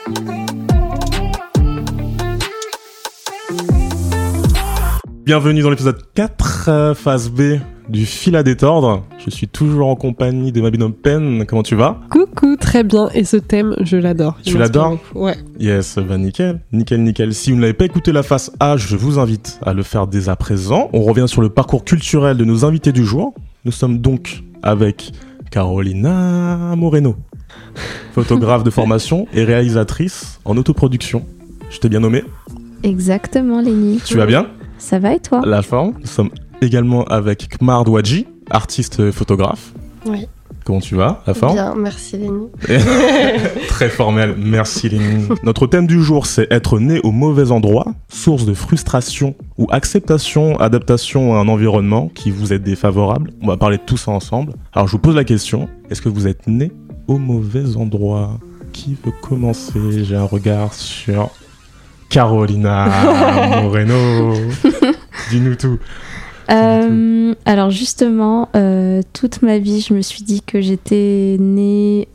Bienvenue dans l'épisode 4, phase B du fil à détordre. Je suis toujours en compagnie de ma binôme Pen. Comment tu vas ? Coucou, très bien. Et ce thème, je l'adore. Tu l'adores ? Ouais. Yes, bah nickel. Si vous ne l'avez pas écouté la phase A, je vous invite à le faire dès à présent. On revient sur le parcours culturel de nos invités du jour. Nous sommes donc avec Carolina Moreno, photographe de formation et réalisatrice en autoproduction. Je t'ai bien nommé ? Exactement, Léni. Tu vas bien ? Ça va et toi ? La forme. Nous sommes également avec Kmar Douadji, artiste photographe. Oui. Comment tu vas ? La forme ? Bien, merci Léni. Très formel, merci Léni. Notre thème du jour, c'est être né au mauvais endroit, source de frustration ou acceptation, adaptation à un environnement qui vous est défavorable. On va parler de tout ça ensemble. Alors je vous pose la question, est-ce que vous êtes né au mauvais endroit ? Qui veut commencer ? J'ai un regard sur Carolina Moreno. Dis-nous tout. Alors justement, toute ma vie, je me suis dit que j'étais née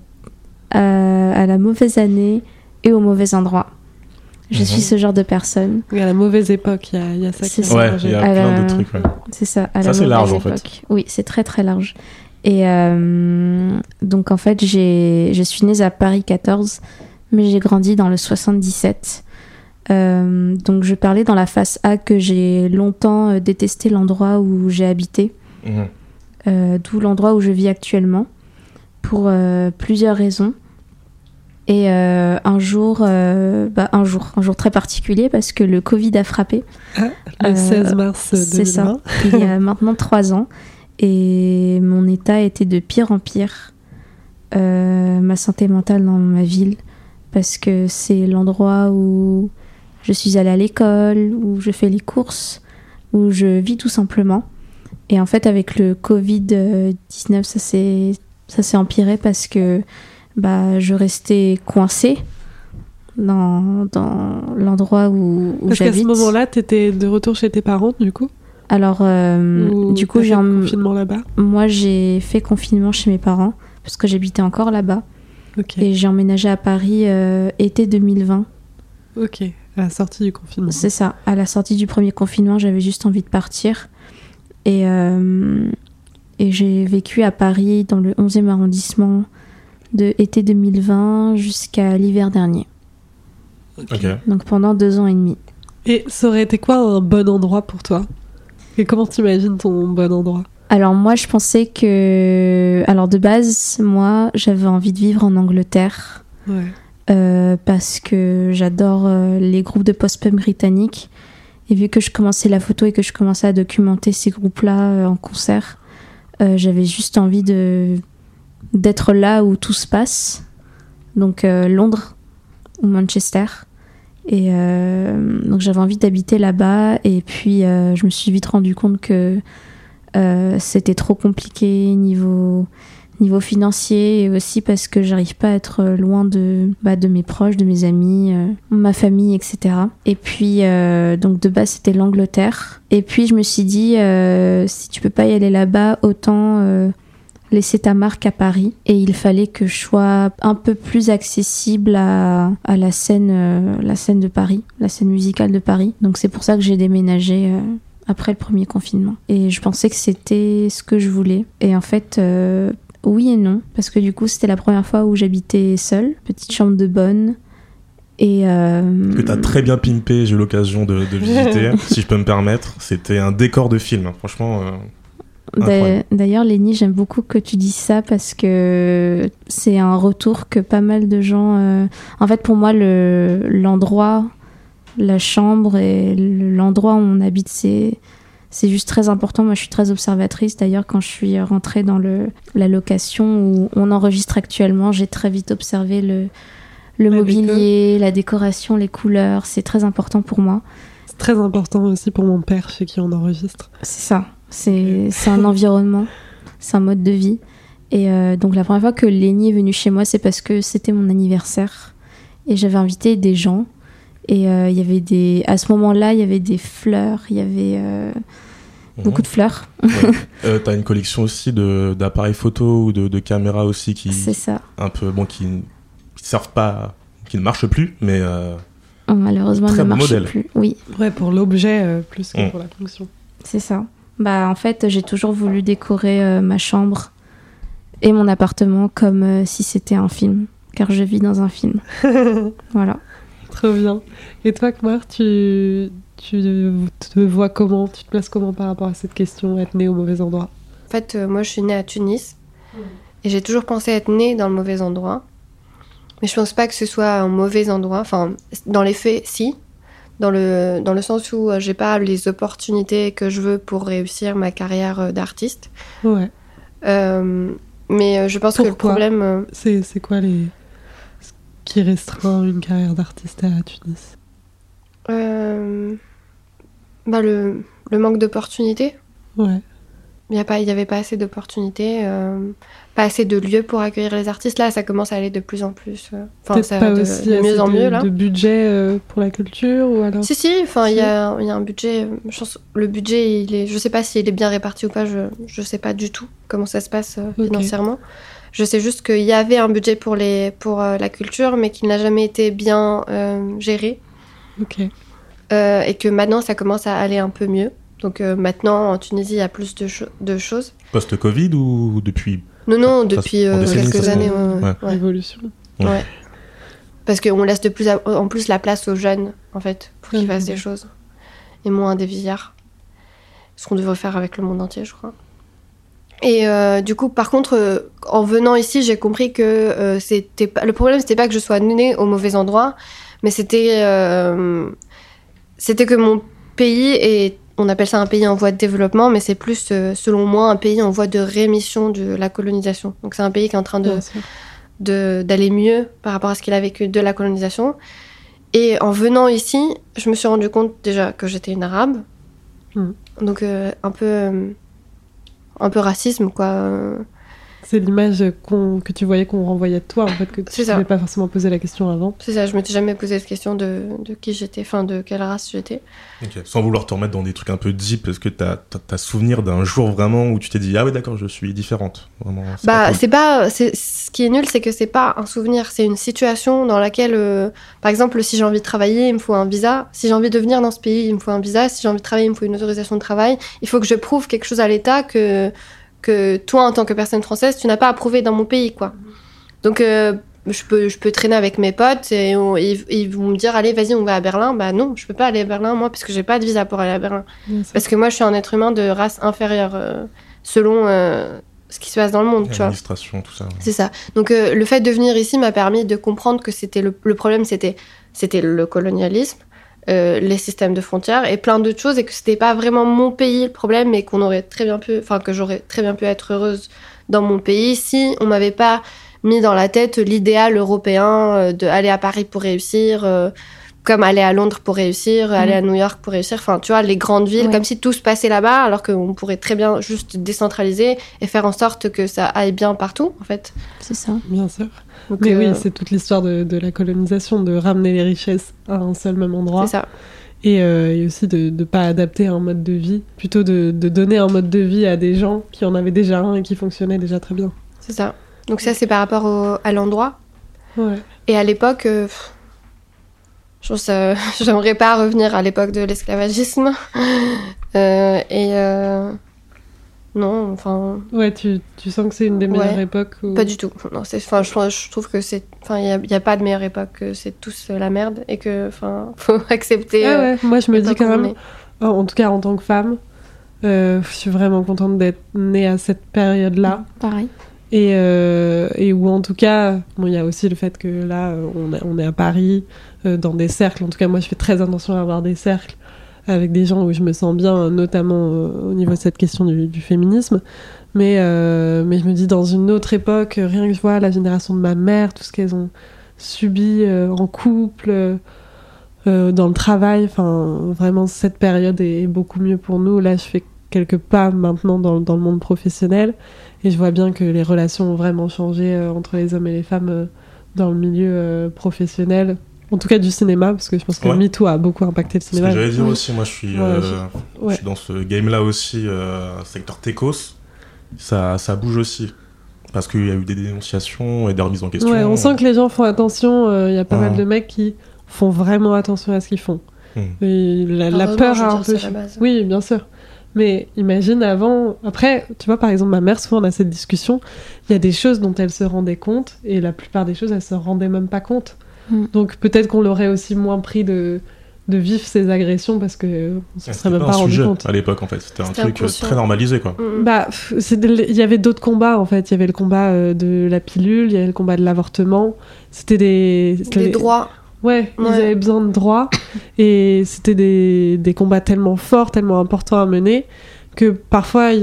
à la mauvaise année et au mauvais endroit. Je suis ce genre de personne. Oui, à la mauvaise époque, il y a ça qui est Ouais, il y a plein de trucs. Ouais. C'est ça, à ça, la c'est mauvaise large époque. en fait. Oui, c'est très très large. Et donc en fait, je suis née à Paris 14, mais j'ai grandi dans le 77. Donc je parlais dans la face A que j'ai longtemps détesté l'endroit où j'ai habité, d'où l'endroit où je vis actuellement, pour plusieurs raisons. Et un jour très particulier parce que le Covid a frappé. Le 16 mars 2020. C'est ça, il y a maintenant 3 ans. Et mon état était de pire en pire. Ma santé mentale dans ma ville, parce que c'est l'endroit où je suis allée à l'école, où je fais les courses, où je vis tout simplement. Et en fait, avec le Covid-19, ça s'est empiré parce que je restais coincée dans l'endroit où parce j'habite. Parce qu'à ce moment-là, t'étais de retour chez tes parents, du coup ? Alors, du coup, j'ai un confinement là-bas. Moi, j'ai fait confinement chez mes parents parce que j'habitais encore là-bas. Okay. Et j'ai emménagé à Paris été 2020. Ok, à la sortie du confinement. C'est ça, à la sortie du premier confinement, j'avais juste envie de partir. Et j'ai vécu à Paris dans le 11e arrondissement de été 2020 jusqu'à l'hiver dernier. Okay. Donc pendant 2 ans et demi. Et ça aurait été quoi un bon endroit pour toi ? Et comment t'imagines ton bon endroit ? Alors moi, je pensais que... Alors de base, moi, j'avais envie de vivre en Angleterre. Ouais. Parce que j'adore les groupes de post-punk britanniques. Et vu que je commençais la photo et que je commençais à documenter ces groupes-là en concert, j'avais juste envie d'être là où tout se passe. Donc Londres ou Manchester. Et donc j'avais envie d'habiter là-bas. Et puis je me suis vite rendu compte que c'était trop compliqué niveau financier, et aussi parce que j'arrive pas à être loin de mes proches, de mes amis, ma famille, etc. Et puis donc de base c'était l'Angleterre. Et puis je me suis dit si tu peux pas y aller là-bas, autant laisser ta marque à Paris. Et il fallait que je sois un peu plus accessible à la scène de Paris, la scène musicale de Paris. Donc c'est pour ça que j'ai déménagé après le premier confinement. Et je pensais que c'était ce que je voulais. Et en fait, oui et non. Parce que du coup, c'était la première fois où j'habitais seule. Petite chambre de bonne. Et que t'as très bien pimpé, j'ai eu l'occasion de visiter, si je peux me permettre. C'était un décor de film, franchement. D'ailleurs, Léni, j'aime beaucoup que tu dises ça parce que c'est un retour que pas mal de gens... En fait, pour moi, l'endroit, la chambre et l'endroit où on habite, c'est juste très important. Moi, je suis très observatrice. D'ailleurs, quand je suis rentrée dans la location où on enregistre actuellement, j'ai très vite observé le mobilier, la décoration, les couleurs. C'est très important pour moi. C'est très important aussi pour mon père, chez qui on enregistre. C'est ça. C'est un environnement, c'est un mode de vie. Et donc la première fois que Léni est venu chez moi, c'est parce que c'était mon anniversaire. Et j'avais invité des gens. Et il y avait à ce moment-là, il y avait des fleurs, il y avait beaucoup de fleurs. Ouais. T'as une collection aussi d'appareils photo ou de caméras aussi qui... C'est ça. Un peu, bon, qui servent pas... qui ne marche plus, mais Malheureusement, très ne beau marche modèle. plus. Oui, Ouais, pour l'objet plus que pour la fonction. c'est ça. Bah, en fait, j'ai toujours voulu décorer ma chambre et mon appartement comme si c'était un film, car je vis dans un film. Voilà. Trop bien. Et toi, Kmar, tu te vois comment? Tu te places comment par rapport à cette question, être né au mauvais endroit? En fait, moi, je suis née à Tunis. Et j'ai toujours pensé être née dans le mauvais endroit. Mais je pense pas que ce soit un mauvais endroit. Enfin, dans les faits, si. Dans le sens où j'ai pas les opportunités que je veux pour réussir ma carrière d'artiste. Ouais. Mais je pense que le Pourquoi problème... C'est quoi ce qui restreint une carrière d'artiste à Tunis? Bah le manque d'opportunités. Ouais. Il y avait pas assez d'opportunités, pas assez de lieux pour accueillir les artistes. Là, ça commence à aller de plus en plus. Peut-être ça pas va aussi de mieux en mieux, là. de budget pour la culture ou alors... Si, enfin, il y a un budget. Je pense, le budget, je sais pas s'il est bien réparti ou pas. Je sais pas du tout comment ça se passe financièrement. Je sais juste qu'il y avait un budget pour la culture, mais qu'il n'a jamais été bien géré. Ok. Et que maintenant, ça commence à aller un peu mieux. Donc maintenant, en Tunisie, il y a plus de choses. Post-Covid ou depuis? Non, depuis quelques années. Ouais. Évolution. Ouais. Parce qu'on laisse de plus en plus la place aux jeunes, en fait, pour qu'ils fassent des choses. Et moins des vieillards. Ce qu'on devrait faire avec le monde entier, je crois. Et du coup, par contre, en venant ici, j'ai compris que le problème, c'était pas que je sois née au mauvais endroit, mais c'était que mon pays est... On appelle ça un pays en voie de développement, mais c'est plus, selon moi, un pays en voie de rémission de la colonisation. Donc c'est un pays qui est en train d'aller mieux par rapport à ce qu'il a vécu de la colonisation. Et en venant ici, je me suis rendu compte déjà que j'étais une arabe. Donc un peu racisme, quoi. C'est l'image que tu voyais qu'on renvoyait de toi, en fait, que tu ne t'avais pas forcément posé la question avant. C'est ça, je ne m'étais jamais posé cette question de qui j'étais, enfin de quelle race j'étais. Okay. Sans vouloir te remettre dans des trucs un peu deep, est-ce que t'as souvenir d'un jour vraiment où tu t'es dit « Ah oui, d'accord, je suis différente ». Vraiment, ce qui est nul, c'est que c'est pas un souvenir, c'est une situation dans laquelle, par exemple, si j'ai envie de travailler, il me faut un visa. Si j'ai envie de venir dans ce pays, il me faut un visa. Si j'ai envie de travailler, il me faut une autorisation de travail. Il faut que je prouve quelque chose à l'État que toi, en tant que personne française, tu n'as pas approuvé dans mon pays, quoi. Donc, je peux traîner avec mes potes et ils vont me dire « Allez, vas-y, on va à Berlin ». Bah non, je peux pas aller à Berlin, moi, parce que j'ai pas de visa pour aller à Berlin. Parce que moi, je suis un être humain de race inférieure, selon ce qui se passe dans le monde, tu vois. L'administration, tout ça. Ouais. C'est ça. Donc, le fait de venir ici m'a permis de comprendre que c'était le problème, c'était le colonialisme, les systèmes de frontières et plein d'autres choses, et que c'était pas vraiment mon pays le problème, mais que j'aurais très bien pu être heureuse dans mon pays si on m'avait pas mis dans la tête l'idéal européen d'aller à Paris pour réussir, comme aller à Londres pour réussir, aller à New York pour réussir, enfin tu vois, les grandes villes, comme si tout se passait là-bas, alors qu'on pourrait très bien juste décentraliser et faire en sorte que ça aille bien partout, en fait. C'est ça. Bien sûr. Donc, mais oui, c'est toute l'histoire de la colonisation, de ramener les richesses à un seul même endroit. C'est ça. Et aussi de ne pas adapter un mode de vie, plutôt de donner un mode de vie à des gens qui en avaient déjà un et qui fonctionnait déjà très bien. C'est ça. Donc ça, c'est par rapport à l'endroit. Ouais. Et à l'époque, je pense j'aimerais pas revenir à l'époque de l'esclavagisme. Non, enfin... Ouais, tu sens que c'est une des meilleures époques ou... Pas du tout. Non, je trouve que c'est... Enfin, il n'y a pas de meilleure époque, que c'est tous la merde et que, enfin, faut accepter... ouais. Moi, je me dis quand même, en tout cas en tant que femme, je suis vraiment contente d'être née à cette période-là. Pareil. Et où en tout cas, bon, il y a aussi le fait que là, on est à Paris, dans des cercles. En tout cas, moi, je fais très attention à avoir des cercles avec des gens où je me sens bien, notamment au niveau de cette question du féminisme. Mais je me dis, dans une autre époque, rien que je vois la génération de ma mère, tout ce qu'elles ont subi en couple, dans le travail, enfin, vraiment, cette période est beaucoup mieux pour nous. Là, je fais quelques pas maintenant dans le monde professionnel et je vois bien que les relations ont vraiment changé entre les hommes et les femmes dans le milieu professionnel. En tout cas du cinéma, parce que je pense que MeToo a beaucoup impacté le cinéma. C'est ce que j'allais dire aussi, moi je suis dans ce game-là aussi, secteur techos, ça bouge aussi. Parce qu'il y a eu des dénonciations et des remises en question. Ouais, on sent que les gens font attention. Il y a pas mal de mecs qui font vraiment attention à ce qu'ils font. Et la peur a un peu... Oui, bien sûr. Mais imagine avant... Après, tu vois, par exemple, ma mère, souvent on a cette discussion, il y a des choses dont elle se rendait compte, et la plupart des choses, elle se rendait même pas compte. Donc peut-être qu'on l'aurait aussi moins pris de vivre ces agressions, parce que on se serait même pas rendu compte. À l'époque, en fait, c'était un truc très normalisé, quoi. Bah, il y avait d'autres combats, en fait. Il y avait le combat de la pilule, il y avait le combat de l'avortement. C'était des droits. Ouais, ils avaient besoin de droits. Et c'était des combats tellement forts, tellement importants à mener, que parfois,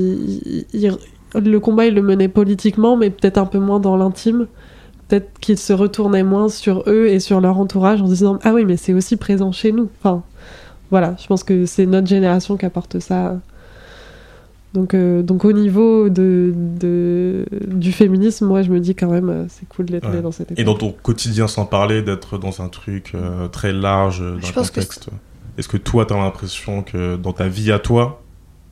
le combat, ils le menaient politiquement, mais peut-être un peu moins dans l'intime. Peut-être qu'ils se retournaient moins sur eux et sur leur entourage en disant « Ah oui, mais c'est aussi présent chez nous. » Enfin, voilà, je pense que c'est notre génération qui apporte ça. Donc au niveau du féminisme, moi, je me dis quand même, c'est cool d'être né dans cette époque. Et dans ton quotidien, sans parler, d'être dans un truc très large, d'un contexte, est-ce que toi, t'as l'impression que dans ta vie à toi,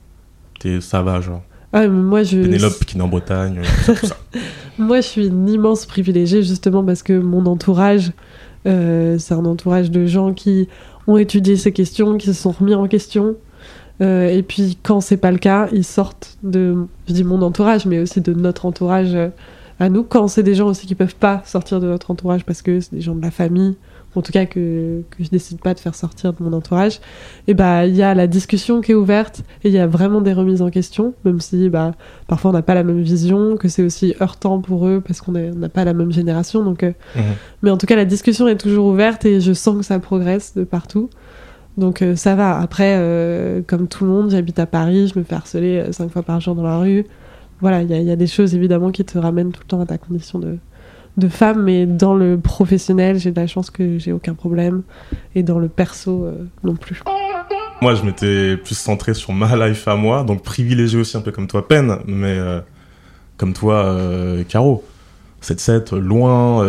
ça va, genre moi, Pénélope qui est en Bretagne, tout ça. Moi, je suis une immense privilégiée, justement, parce que mon entourage, c'est un entourage de gens qui ont étudié ces questions, qui se sont remis en question. Et puis, quand c'est pas le cas, ils sortent je dis mon entourage, mais aussi de notre entourage à nous. Quand c'est des gens aussi qui peuvent pas sortir de notre entourage parce que c'est des gens de la famille, en tout cas que je décide pas de faire sortir de mon entourage, et il y a la discussion qui est ouverte et il y a vraiment des remises en question, même si parfois on n'a pas la même vision, que c'est aussi heurtant pour eux parce qu'on n'a pas la même génération. Donc, mais en tout cas, la discussion est toujours ouverte et je sens que ça progresse de partout. Donc ça va. Après, comme tout le monde, j'habite à Paris, je me fais harceler 5 fois par jour dans la rue. Voilà, il y a des choses évidemment qui te ramènent tout le temps à ta condition de femme, mais dans le professionnel, j'ai de la chance que j'ai aucun problème, et dans le perso, non plus. Moi, je m'étais plus centré sur ma life à moi, donc privilégié aussi un peu comme toi, Pen, mais comme toi, Caro. 7-7, loin,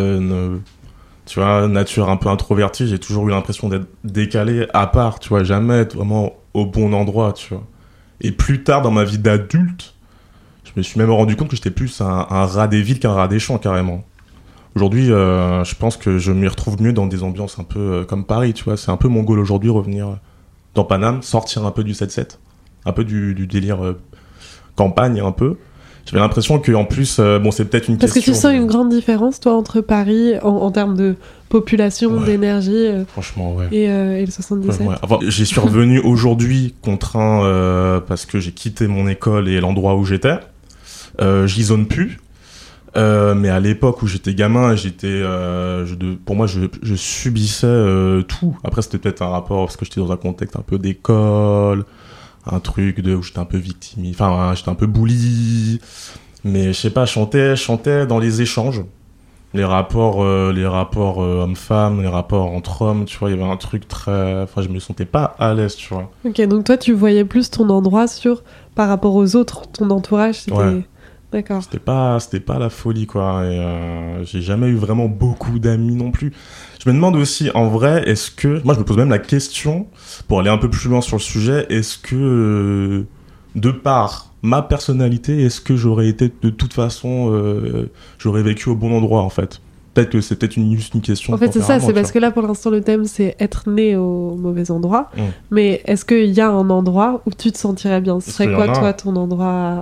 tu vois, nature un peu introvertie, j'ai toujours eu l'impression d'être décalé, à part, tu vois, jamais être vraiment au bon endroit, tu vois. Et plus tard, dans ma vie d'adulte, je me suis même rendu compte que j'étais plus un rat des villes qu'un rat des champs, carrément. Aujourd'hui, je pense que je m'y retrouve mieux dans des ambiances un peu comme Paris, tu vois. C'est un peu mon goal aujourd'hui, revenir dans Paname, sortir un peu du 7-7, un peu du délire campagne, un peu. J'avais l'impression qu'en plus, c'est peut-être une question... Parce que tu sens une grande différence, toi, entre Paris, en termes de population, d'énergie, franchement, ouais. Et le 77. Ouais. Enfin, j'y suis revenu aujourd'hui contraint parce que j'ai quitté mon école et l'endroit où j'étais. J'y zone plus. Mais à l'époque où j'étais gamin, pour moi, je subissais tout. Après, c'était peut-être un rapport parce que j'étais dans un contexte un peu d'école, un truc où j'étais un peu victimisé, enfin, j'étais un peu bully. Mais je sais pas, je chantais dans les échanges, les rapports hommes-femmes, les rapports entre hommes, tu vois, il y avait un truc enfin, je me sentais pas à l'aise, tu vois. Ok, donc toi, tu voyais plus ton endroit par rapport aux autres, ton entourage, c'était... Ouais. D'accord. C'était pas la folie, quoi. Et j'ai jamais eu vraiment beaucoup d'amis non plus. Je me demande aussi, en vrai, moi je me pose même la question, pour aller un peu plus loin sur le sujet, est-ce que, de par ma personnalité, est-ce que j'aurais été, de toute façon, j'aurais vécu au bon endroit, en fait? Peut-être que c'est juste une question. En fait, c'est ça, c'est parce que là, pour l'instant, le thème, c'est être né au mauvais endroit. Mais est-ce qu'il y a un endroit où tu te sentirais bien? Ce serait quoi, toi, ton endroit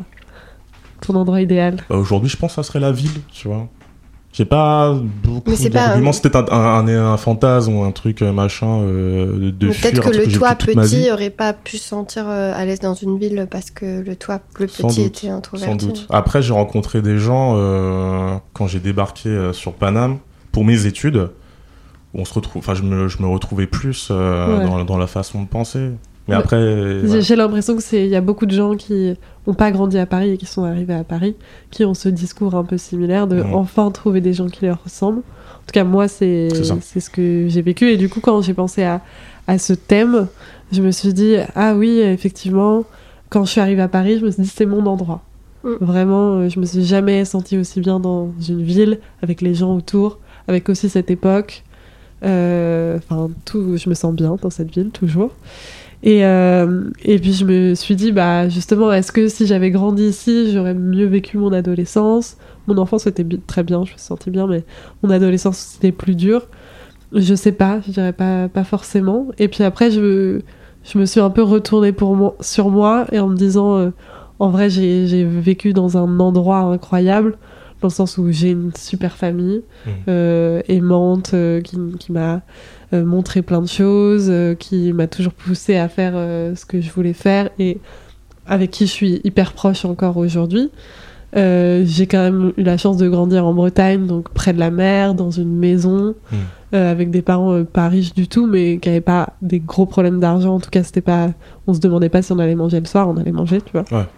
idéal? Aujourd'hui, je pense que ça serait la ville, tu vois. J'ai pas beaucoup d'arguments. C'était un fantasme ou un truc machin de fuir. Peut-être que le toi petit aurait pas pu se sentir à l'aise dans une ville parce que le toi le petit était introverti. Sans doute. Après, j'ai rencontré des gens quand j'ai débarqué sur Paname pour mes études. Où on se retrouve. Enfin, je me retrouvais plus dans la façon de penser. Mais après, j'ai l'impression qu'il y a beaucoup de gens qui n'ont pas grandi à Paris et qui sont arrivés à Paris, qui ont ce discours un peu similaire de enfin trouver des gens qui leur ressemblent. En tout cas, moi, c'est ce que j'ai vécu. Et du coup, quand j'ai pensé à ce thème, je me suis dit, ah oui, effectivement, quand je suis arrivée à Paris, je me suis dit, c'est mon endroit. Vraiment, je me suis jamais sentie aussi bien dans une ville, avec les gens autour, avec aussi cette époque. Je me sens bien dans cette ville, toujours. Et puis je me suis dit, bah justement, est-ce que si j'avais grandi ici, j'aurais mieux vécu mon adolescence? Mon enfance c'était très bien, je me suis sentie bien, mais mon adolescence c'était plus dur. Je sais pas, je dirais pas forcément. Et puis après, je me suis un peu retournée sur moi et en me disant, en vrai, j'ai vécu dans un endroit incroyable, dans le sens où j'ai une super famille, aimante, qui m'a montré plein de choses, qui m'a toujours poussée à faire ce que je voulais faire et avec qui je suis hyper proche encore aujourd'hui. J'ai quand même eu la chance de grandir en Bretagne, donc près de la mer, dans une maison, avec des parents pas riches du tout, mais qui n'avaient pas des gros problèmes d'argent. En tout cas, on se demandait pas si on allait manger le soir, on allait manger, tu vois. Ouais.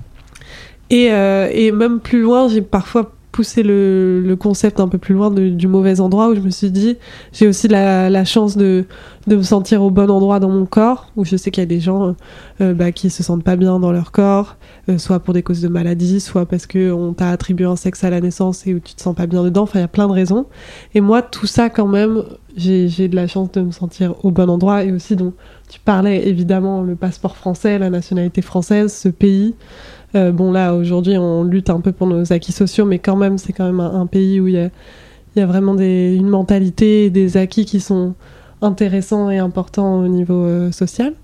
Et même plus loin, j'ai parfois poussé le concept un peu plus loin du mauvais endroit, où je me suis dit, j'ai aussi la chance de me sentir au bon endroit dans mon corps, où je sais qu'il y a des gens qui se sentent pas bien dans leur corps, soit pour des causes de maladie, soit parce qu'on t'a attribué un sexe à la naissance et où tu te sens pas bien dedans. Enfin, il y a plein de raisons. Et moi, tout ça, quand même, j'ai de la chance de me sentir au bon endroit. Et aussi, donc, tu parlais évidemment le passeport français, la nationalité française, ce pays. Bon, là, aujourd'hui, on lutte un peu pour nos acquis sociaux, mais quand même, c'est quand même un pays où il y a vraiment une mentalité et des acquis qui sont intéressants et importants au niveau social.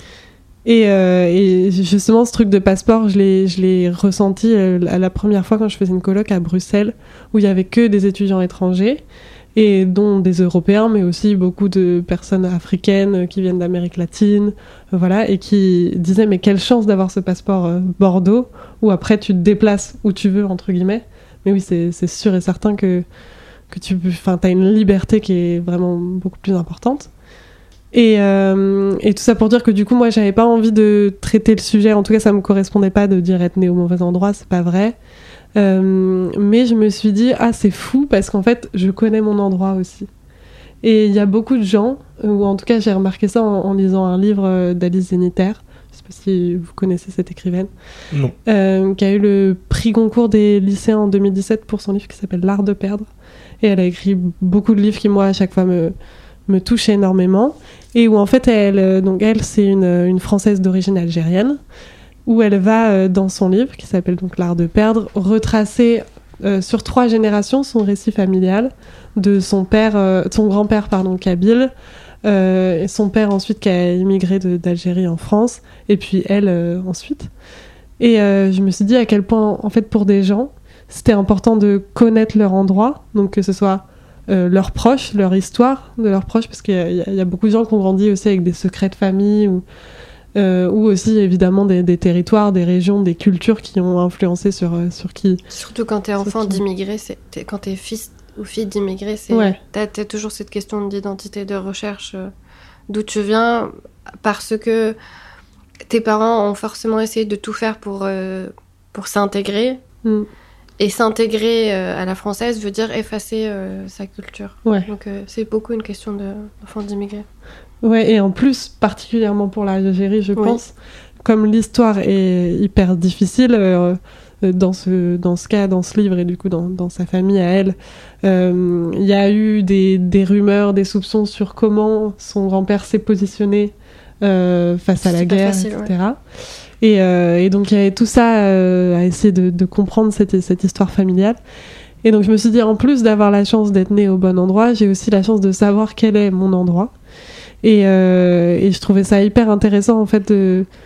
Et justement, ce truc de passeport, je l'ai ressenti la première fois quand je faisais une coloc à Bruxelles, où il y avait que des étudiants étrangers, et dont des Européens, mais aussi beaucoup de personnes africaines qui viennent d'Amérique latine, voilà, et qui disaient, mais quelle chance d'avoir ce passeport Bordeaux, où après tu te déplaces où tu veux, entre guillemets. Mais oui, c'est sûr et certain que t'as une liberté qui est vraiment beaucoup plus importante. Et tout ça pour dire que du coup, moi, j'avais pas envie de traiter le sujet, en tout cas, ça me correspondait pas de dire être né au mauvais endroit, c'est pas vrai. Mais je me suis dit, c'est fou, parce qu'en fait, je connais mon endroit aussi. Et il y a beaucoup de gens, ou en tout cas, j'ai remarqué ça en lisant un livre d'Alice Zenniter, je sais pas si vous connaissez cette écrivaine, non. Qui a eu le prix Goncourt des lycéens en 2017 pour son livre qui s'appelle L'Art de perdre. Et elle a écrit beaucoup de livres qui, moi, à chaque fois, me touchent énormément. Et où, en fait, elle c'est une Française d'origine algérienne, où elle va, dans son livre, qui s'appelle donc L'Art de perdre, retracer sur 3 générations son récit familial de son grand-père, kabyle, et son père ensuite qui a immigré d'Algérie en France, et puis elle ensuite. Et je me suis dit à quel point, en fait, pour des gens, c'était important de connaître leur endroit, donc que ce soit leurs proches, leur histoire de leurs proches, parce qu'il y a beaucoup de gens qui ont grandi aussi avec des secrets de famille, ou aussi évidemment des territoires, des régions, des cultures qui ont influencé sur qui. Surtout quand t'es enfant d'immigré, quand t'es fils ou fille d'immigré, t'as toujours cette question d'identité, de recherche, d'où tu viens, parce que tes parents ont forcément essayé de tout faire pour s'intégrer. Et s'intégrer à la française veut dire effacer sa culture. Ouais. Donc c'est beaucoup une question d'enfants d'immigrés. Ouais, et en plus, particulièrement pour l'Algérie, je pense, comme l'histoire est hyper difficile dans ce cas, dans ce livre, et du coup dans sa famille à elle, il y a eu des rumeurs, des soupçons sur comment son grand-père s'est positionné face à la guerre, facile, etc. Ouais. Et donc il y avait tout ça à essayer de comprendre cette histoire familiale. Et donc je me suis dit, en plus d'avoir la chance d'être née au bon endroit, j'ai aussi la chance de savoir quel est mon endroit. Et je trouvais ça hyper intéressant, en fait,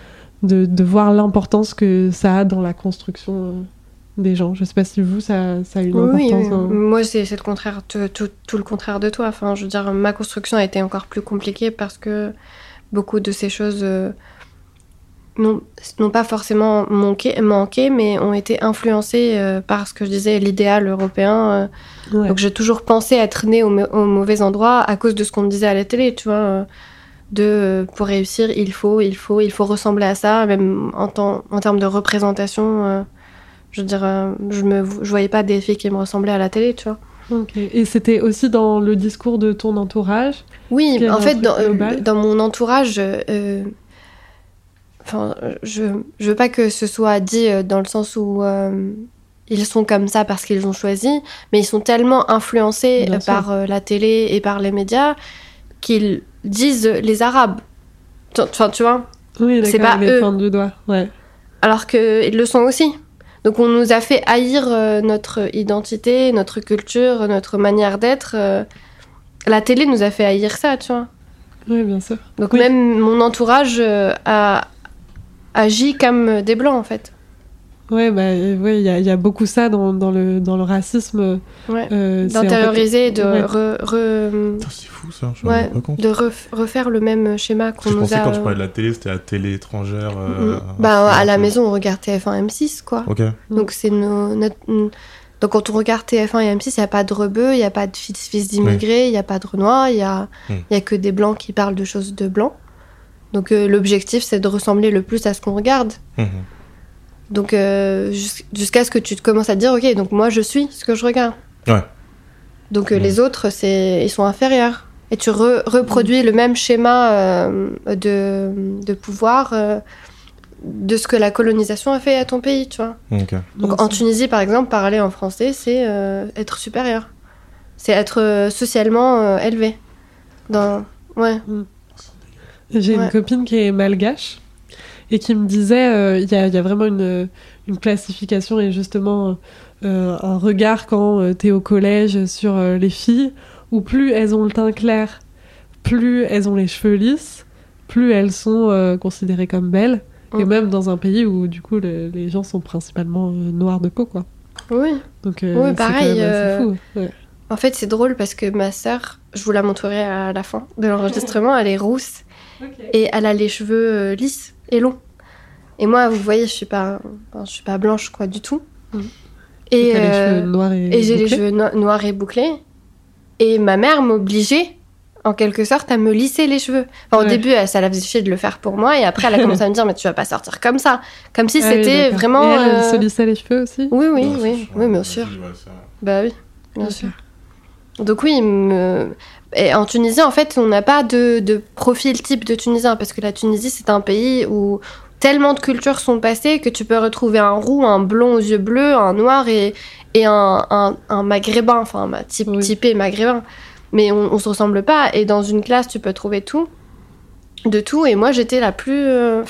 de voir l'importance que ça a dans la construction des gens. Je sais pas si vous, ça a une importance. Oui. Moi, c'est le contraire, tout le contraire de toi. Enfin, je veux dire, ma construction a été encore plus compliquée parce que beaucoup de ces choses n'ont pas forcément manqué, mais ont été influencées par ce que je disais, l'idéal européen. Ouais. Donc j'ai toujours pensé être née au mauvais endroit à cause de ce qu'on me disait à la télé, tu vois. Pour réussir, il faut ressembler à ça, même en termes de représentation. Je veux dire, je voyais pas des filles qui me ressemblaient à la télé, tu vois. Okay. Et c'était aussi dans le discours de ton entourage? Oui, en fait, dans mon entourage... Enfin, je veux pas que ce soit dit dans le sens où ils sont comme ça parce qu'ils ont choisi, mais ils sont tellement influencés par la télé et par les médias qu'ils disent les Arabes. Enfin, tu vois. Oui, C'est d'accord, pas les eux. pointes du doigt. Ouais. Alors qu'ils le sont aussi. Donc on nous a fait haïr notre identité, notre culture, notre manière d'être. La télé nous a fait haïr ça, tu vois. Oui, bien sûr. Donc Oui. même mon entourage a agi comme des blancs, en fait. Ouais, bah, ouais, il y a beaucoup ça dans le racisme. Ouais. C'est en D'intérioriser, fait- de, ouais. Putain, c'est fou ça, je me ouais, rends pas compte. de refaire le même schéma qu'on Je nous pensais a... quand tu parlais de la télé, c'était la télé étrangère. Bah, à la influente. maison, on regarde TF1, M6, quoi. Ok. Donc c'est donc quand on regarde TF1 et M6, il n'y a pas de rebeux, il n'y a pas de fils d'immigrés, il n'y a pas de renois, il y a que des blancs qui parlent de choses de blancs. Donc l'objectif, c'est de ressembler le plus à ce qu'on regarde. Mhm. Donc jusqu'à ce que tu te commences à te dire, ok, donc moi je suis ce que je regarde. Ouais. Donc les autres, ils sont inférieurs. Et tu reproduis le même schéma de pouvoir de ce que la colonisation a fait à ton pays, tu vois. Ok. Donc en Tunisie, par exemple, parler en français, c'est être supérieur. C'est être socialement élevé. Ouais. J'ai Ouais. une copine qui est malgache et qui me disait il y a vraiment une classification et justement un regard quand t'es au collège sur les filles où plus elles ont le teint clair, plus elles ont les cheveux lisses, plus elles sont considérées comme belles. Et même dans un pays où du coup les gens sont principalement noirs de peau, quoi. Oui. Donc Oui, pareil, c'est quand même assez fou. Ouais. En fait, c'est drôle parce que ma sœur, je vous la montrerai à la fin de l'enregistrement, elle est rousse et elle a les cheveux lisses et longs. Et moi, vous voyez, je suis pas blanche, quoi, du tout. Et T'as les cheveux noirs et j'ai les bouclés. cheveux noirs et bouclés. Et ma mère m'obligeait, en quelque sorte, à me lisser les cheveux. Enfin, au Ouais. début, ça la faisait chier de le faire pour moi. Et après, elle a commencé à me dire, mais tu vas pas sortir comme ça. Comme si Ah oui, c'était d'accord. vraiment... Et elle se lissait les cheveux aussi. Oui, oui, Ouais, oui. c'est Oui, bien sûr. Ouais, c'est vrai. Bah oui, bien Ok. sûr. Donc oui, et en Tunisie, en fait, on n'a pas de profil type de Tunisien, parce que la Tunisie, c'est un pays où tellement de cultures sont passées que tu peux retrouver un roux, un blond aux yeux bleus, un noir et un maghrébin, enfin Oui. typé maghrébin. Mais on se ressemble pas, et dans une classe, tu peux trouver tout, de tout, et moi, j'étais la plus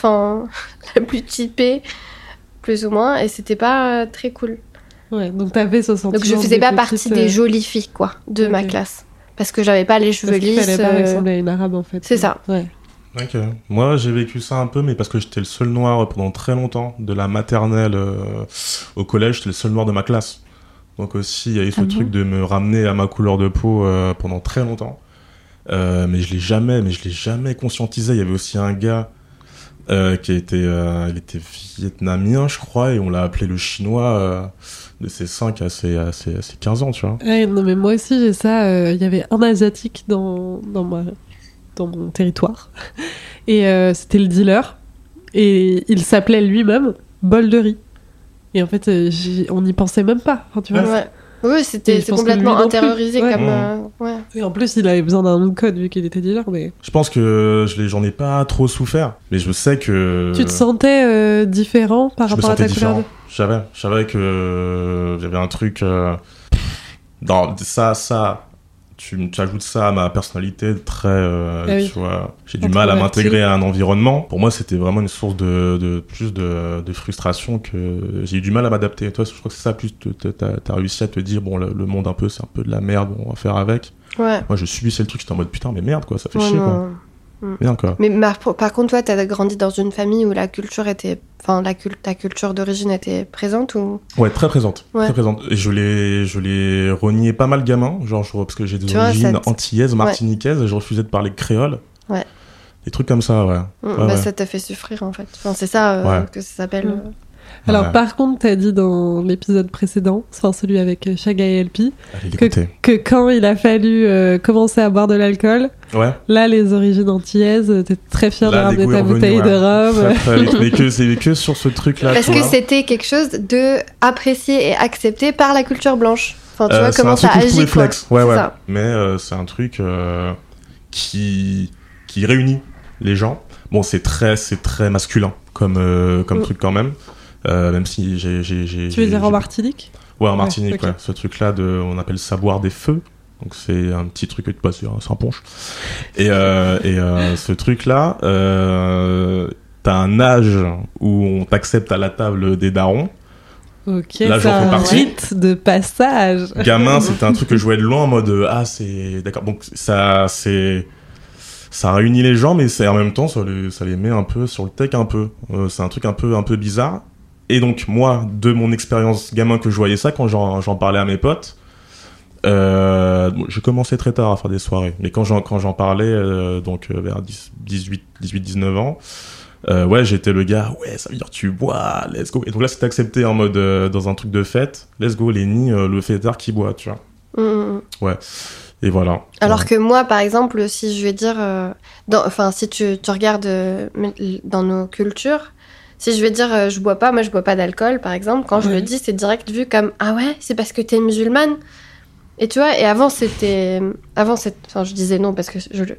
typée, plus ou moins, et c'était pas très cool. Ouais, donc t'avais ce sentiment. Donc je faisais de pas petite, partie des jolies filles, quoi, de ma Ok. classe. Parce que j'avais pas les cheveux parce qu'il lisses. fallait pas ressembler à une arabe en fait. c'est ça. Ouais. Ok. Moi, j'ai vécu ça un peu, mais parce que j'étais le seul noir pendant très longtemps, de la maternelle au collège, j'étais le seul noir de ma classe. Donc aussi, il y a eu ce Ah bon truc de me ramener à ma couleur de peau pendant très longtemps. Mais je l'ai jamais conscientisé. Il y avait aussi un gars il était vietnamien, je crois, et on l'a appelé le chinois de ses 5 à ses 15 ans, tu vois. Ouais, non, mais moi aussi j'ai ça. Il y avait un asiatique dans mon territoire. Et c'était le dealer. Et il s'appelait lui-même Bol de riz. Et en fait, on n'y pensait même pas. Enfin, tu vois. Ouais. Oui, Et c'est je pense que complètement lui non plus. intériorisé Ouais. comme. Ouais. Et en plus, il avait besoin d'un nom de code vu qu'il était dealer. Mais Je pense que j'en ai pas trop souffert, mais je sais que... tu te sentais différent par je me rapport à ta sentais couleur différent. Je savais que j'avais un truc... dans ça... Tu ajoutes ça à ma personnalité très... oui. Tu vois, j'ai du mal à Introverti. m'intégrer à un environnement. Pour moi, c'était vraiment une source de frustration que j'ai eu du mal à m'adapter. Toi, je crois que c'est ça, plus t'as réussi à te dire, bon, le monde un peu, c'est un peu de la merde, bon, on va faire avec. Ouais. Moi, je subissais le truc, j'étais en mode, putain, mais merde, quoi, ça fait Ouais, chier, non. quoi. Merde, quoi. Mais par contre, toi, t'as grandi dans une famille où la culture était. Enfin, ta culture d'origine était présente ou. Ouais, très présente. Ouais. Très présente. Et je l'ai renié pas mal gamin, genre, parce que j'ai des Tu vois, origines ça antillaises, martiniquaises, et je refusais de parler créole. Ouais. Des trucs comme ça, ouais. Bah, ouais. ça t'a fait souffrir en fait. Enfin, c'est ça Ouais. que ça s'appelle. Alors, Ouais. par contre, t'as dit dans l'épisode précédent, enfin celui avec Chaga et LP, Allez, l'écouter. que quand il a fallu commencer à boire de l'alcool, Ouais. là, les origines antillaises, t'es très fier de Là, ramener les goûts ta est revenu, bouteille de rhum. Très, très vite. Mais c'est que sur ce truc-là. Parce tu que vois. c'était quelque chose de apprécié et accepté par la culture blanche. Enfin, tu vois C'est comment un ça truc où je agit, pouvais quoi. flex. Ouais, C'est ouais. ça. Mais c'est un truc qui réunit les gens. Bon, c'est très masculin comme truc quand même. Même si j'ai Tu veux dire en Martinique? Ouais, en Martinique, ok. ouais. Ce truc-là on appelle ça boire des feux. Donc c'est un petit truc que tu passes, c'est un punch. Et ce truc-là, t'as un âge où on t'accepte à la table des darons. Ok, Là, c'est j'en fais un partie. rite de passage. Gamin, c'était un truc que je voyais de loin en mode c'est d'accord. Donc ça réunit les gens, mais c'est en même temps ça les met un peu sur le tech un peu. C'est un truc un peu bizarre. Et donc moi, de mon expérience gamin que je voyais ça quand j'en parlais à mes potes. J'ai commencé très tard à faire des soirées, mais quand j'en parlais vers 18-19 ans, ouais, j'étais le gars, ouais, ça veut dire tu bois, let's go. Et donc là, c'était accepté en mode dans un truc de fête, let's go, Lenny, le fêtard qui boit, tu vois. Ouais, et voilà. Alors que moi, par exemple, si je vais dire, si tu regardes dans nos cultures, si je vais dire je bois pas, moi je bois pas d'alcool, par exemple, quand je le dis, c'est direct vu comme ah ouais, c'est parce que t'es musulmane. Et tu vois, et avant, je disais non parce que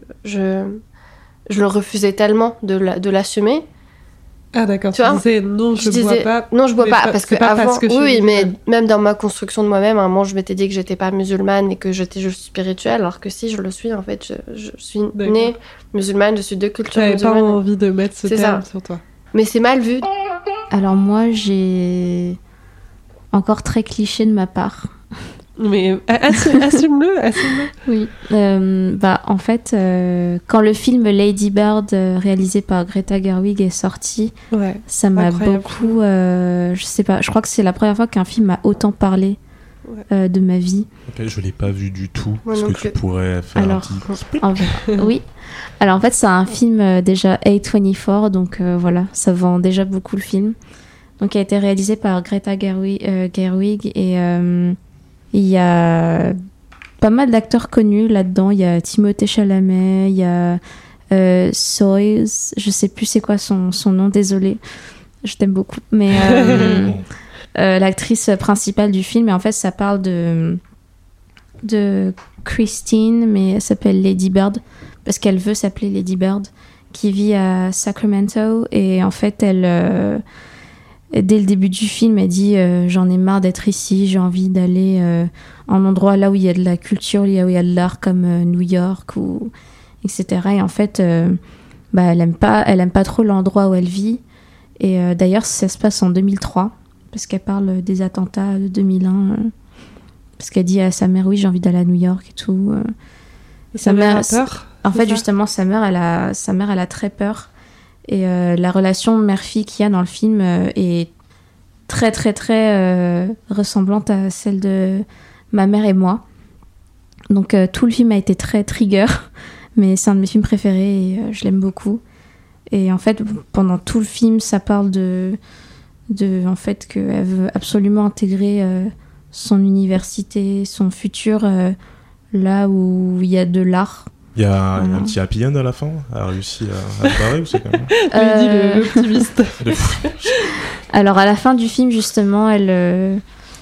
je le refusais tellement de l'assumer. Ah d'accord, tu disais non, je bois pas. Non, je bois pas, parce que avant, parce que oui, mais même dans ma construction de moi-même, à un moment, je m'étais dit que j'étais pas musulmane et que j'étais juste spirituelle, alors que si, je le suis, en fait, je suis née musulmane, je suis de culture musulmane. J'avais pas envie de mettre ce terme sur toi. Mais c'est mal vu. Alors moi, j'ai encore très cliché de ma part. Mais assume-le. Oui. En fait, quand le film Lady Bird, réalisé par Greta Gerwig, est sorti, ça m'a beaucoup... je sais pas, je crois que c'est la première fois qu'un film m'a autant parlé de ma vie. Okay, je l'ai pas vu du tout. Est-ce que tu pourrais faire un petit... Oui. Alors en fait, c'est un film déjà A24, donc voilà, ça vend déjà beaucoup le film. Donc, il a été réalisé par Greta Gerwig et... il y a pas mal d'acteurs connus là-dedans. Il y a Timothée Chalamet, il y a Sois, je sais plus c'est quoi son nom, désolée, je t'aime beaucoup. Mais l'actrice principale du film, et en fait ça parle de Christine, mais elle s'appelle Lady Bird, parce qu'elle veut s'appeler Lady Bird, qui vit à Sacramento, et en fait elle... dès le début du film, elle dit j'en ai marre d'être ici, j'ai envie d'aller en endroit là où il y a de la culture, là où il y a de l'art, comme New York, etc. Et en fait, elle aime pas trop l'endroit où elle vit. Et d'ailleurs, ça se passe en 2003, parce qu'elle parle des attentats de 2001, parce qu'elle dit à sa mère, oui, j'ai envie d'aller à New York et tout. Sa mère a peur. En fait, justement, sa mère, elle a très peur. Et la relation mère-fille qu'il y a dans le film est très très très ressemblante à celle de ma mère et moi. Donc tout le film a été très trigger, mais c'est un de mes films préférés et je l'aime beaucoup. Et en fait, pendant tout le film, ça parle de en fait qu'elle veut absolument intégrer son université, son futur, là où il y a de l'art. Il y a un petit happy end à la fin. Elle a réussi à se barrer ou c'est quand même... l'optimiste. Alors à la fin du film, justement, elle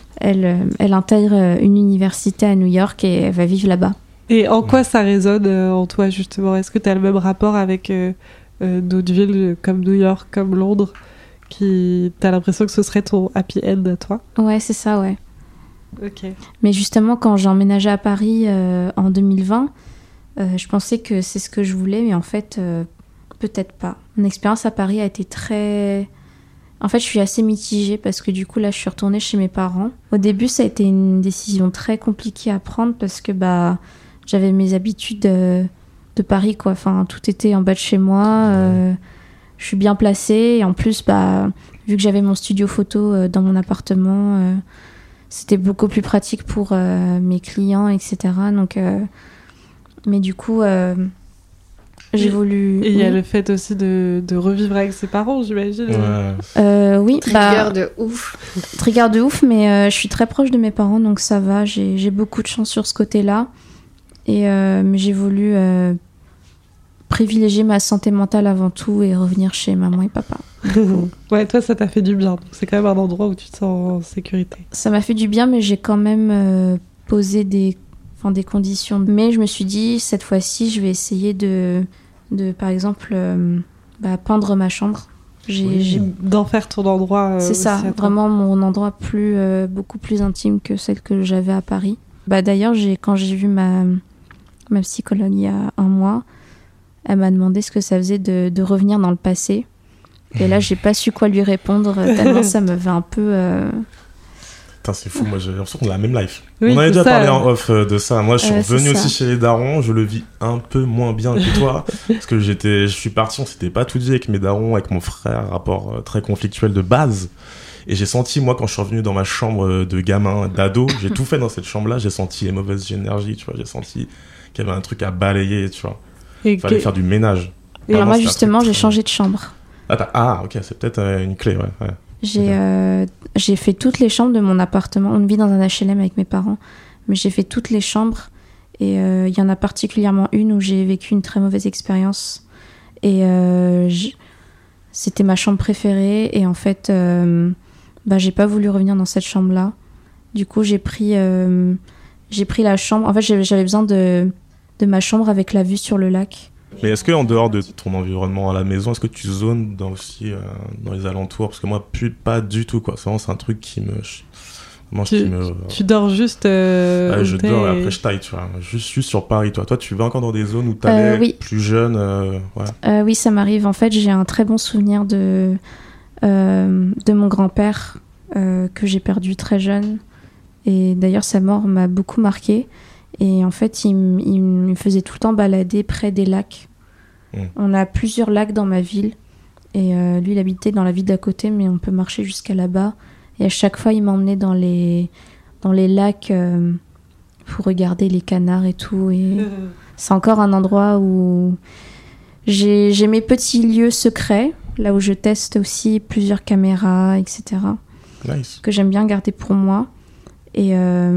intègre une université à New York et elle va vivre là-bas. Et en quoi ça résonne en toi, justement ? Est-ce que tu as le même rapport avec d'autres villes comme New York, comme Londres, qui t'as l'impression que ce serait ton happy end à toi ? Ouais, c'est ça, ouais. Ok. Mais justement, quand j'ai emménagé à Paris en 2020, je pensais que c'est ce que je voulais, mais en fait, peut-être pas. Mon expérience à Paris a été très... En fait, je suis assez mitigée parce que du coup, là, je suis retournée chez mes parents. Au début, ça a été une décision très compliquée à prendre parce que j'avais mes habitudes de Paris, quoi. Enfin, tout était en bas de chez moi. Je suis bien placée. Et en plus, vu que j'avais mon studio photo dans mon appartement, c'était beaucoup plus pratique pour mes clients, etc. Donc... mais du coup, j'ai voulu... Et il y a le fait aussi de revivre avec ses parents, j'imagine. Oui. Trigger de ouf. Trigger de ouf, mais je suis très proche de mes parents, donc ça va. J'ai beaucoup de chance sur ce côté-là. Mais j'ai voulu privilégier ma santé mentale avant tout et revenir chez maman et papa. Ouais, toi, ça t'a fait du bien. Donc c'est quand même un endroit où tu te sens en sécurité. Ça m'a fait du bien, mais j'ai quand même posé des conditions. Mais je me suis dit, cette fois-ci, je vais essayer de par exemple, peindre ma chambre. D'en faire ton endroit. C'est ça, vraiment mon endroit beaucoup plus intime que celle que j'avais à Paris. D'ailleurs, quand j'ai vu ma psychologue il y a 1 mois, elle m'a demandé ce que ça faisait de revenir dans le passé. Et là, j'ai pas su quoi lui répondre, tellement ça m'avait un peu... Putain, c'est fou, moi j'ai l'impression qu'on a la même life. Oui, on avait c'est déjà ça. parlé en off de ça. Moi, je suis revenu c'est ça. aussi chez les darons, je le vis un peu moins bien que toi. Parce que je suis parti, on s'était pas tout dit avec mes darons, avec mon frère, rapport très conflictuel de base. Et j'ai senti, moi, quand je suis revenu dans ma chambre de gamin, d'ado, j'ai tout fait dans cette chambre-là, j'ai senti les mauvaises énergies, tu vois, j'ai senti qu'il y avait un truc à balayer, tu vois. Il fallait faire du ménage. Et alors Vraiment, moi, c'était un justement, truc j'ai très- changé de chambre. Ah, ok, c'est peut-être une clé, ouais. J'ai fait toutes les chambres de mon appartement. On vit dans un HLM avec mes parents, mais j'ai fait toutes les chambres. Et il y en a particulièrement une où j'ai vécu une très mauvaise expérience. Et c'était ma chambre préférée. Et en fait, j'ai pas voulu revenir dans cette chambre-là. Du coup, j'ai pris la chambre. En fait, j'avais besoin de ma chambre avec la vue sur le lac. Mais est-ce qu'en dehors de ton environnement à la maison, est-ce que tu zones aussi dans les alentours? Parce que moi, pas du tout, quoi. C'est un truc qui me... Tu dors juste Ouais, où je t'es dors et et- après je taille, tu vois. Juste sur Paris, toi. Toi, tu vas encore dans des zones où t'allais Oui. plus jeune, ouais. Oui, ça m'arrive. En fait, j'ai un très bon souvenir de mon grand-père que j'ai perdu très jeune. Et d'ailleurs, sa mort m'a beaucoup marquée. Et en fait, il me faisait tout le temps balader près des lacs. On a plusieurs lacs dans ma ville. Et lui, il habitait dans la ville d'à côté, mais on peut marcher jusqu'à là-bas. Et à chaque fois, il m'emmenait dans les lacs pour regarder les canards et tout. Et c'est encore un endroit où j'ai mes petits lieux secrets, là où je teste aussi plusieurs caméras, etc. Nice. Que j'aime bien garder pour moi. Et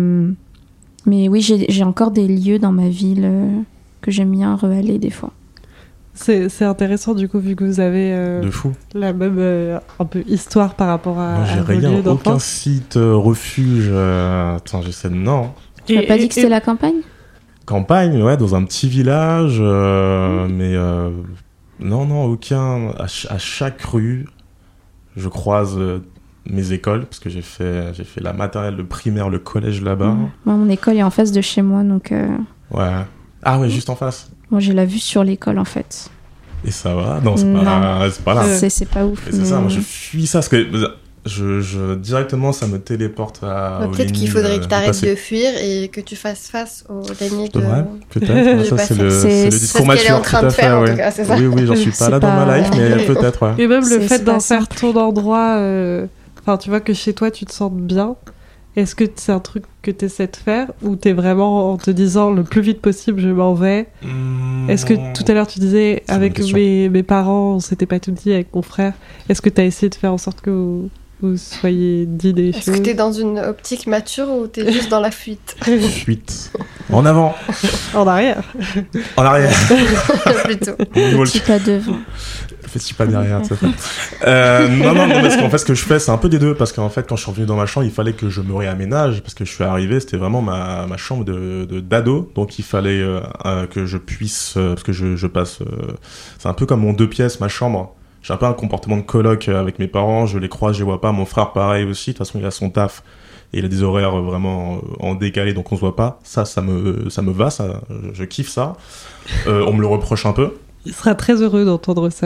mais oui, j'ai encore des lieux dans ma ville que j'aime bien aller des fois. C'est intéressant du coup vu que vous avez De fou. la même un peu histoire par rapport à, Moi, j'ai à vos lieux rien, aucun d'enfance. site, refuge. Attends, j'essaie de... Non. Tu m'as pas dit que c'était la campagne ? Campagne, ouais, dans un petit village, mais non, aucun. À chaque rue, je croise mes écoles, parce que j'ai fait la maternelle, le primaire, le collège là-bas. Moi, mon école est en face de chez moi, donc Ouais. Ah ouais, juste en face. moi j'ai la vue sur l'école en fait. Et ça va? Non, c'est Non. pas là. C'est pas ouf. Et c'est ça, moi je fuis ça, parce que directement ça me téléporte à. Peut-être qu'il faudrait que tu arrêtes de fuir et que tu fasses face aux derniers de... Ouais, peut-être. de Ça, c'est passer. le C'est discours ce qu'elle est mature. en train tout à de fait, faire, en ouais. tout cas, c'est ça. Oui, j'en suis pas C'est là dans ma life, mais peut-être, ouais. Et même le C'est fait d'en pas faire simple. ton endroit, enfin tu vois que chez toi tu te sens bien, est-ce que c'est un truc que tu essaies de faire ou t'es vraiment en te disant le plus vite possible je m'en vais? Est-ce que tout à l'heure tu disais C'est une avec question. mes parents on s'était pas tout dit avec mon frère, est-ce que t'as essayé de faire en sorte que vous soyez dit des Est-ce que choses t'es dans une optique mature ou t'es juste dans la fuite? Fuite. En avant, en arrière? en arrière. Plutôt. Niveau le- Petit pas devant. Fais-tu pas derrière, c'est ça. Non, parce qu'en fait, ce que je fais, c'est un peu des deux. Parce qu'en fait, quand je suis revenu dans ma chambre, il fallait que je me réaménage. Parce que je suis arrivé, c'était vraiment ma chambre d'ado. Donc, il fallait que je puisse. Parce que je passe. C'est un peu comme mon 2 pièces, ma chambre. J'ai un peu un comportement de coloc avec mes parents. Je les croise, je les vois pas. Mon frère, pareil aussi. De toute façon, il a son taf. Et il a des horaires vraiment en décalé, donc on se voit pas. Ça me va, ça, je kiffe ça. On me le reproche un peu. Il sera très heureux d'entendre ça.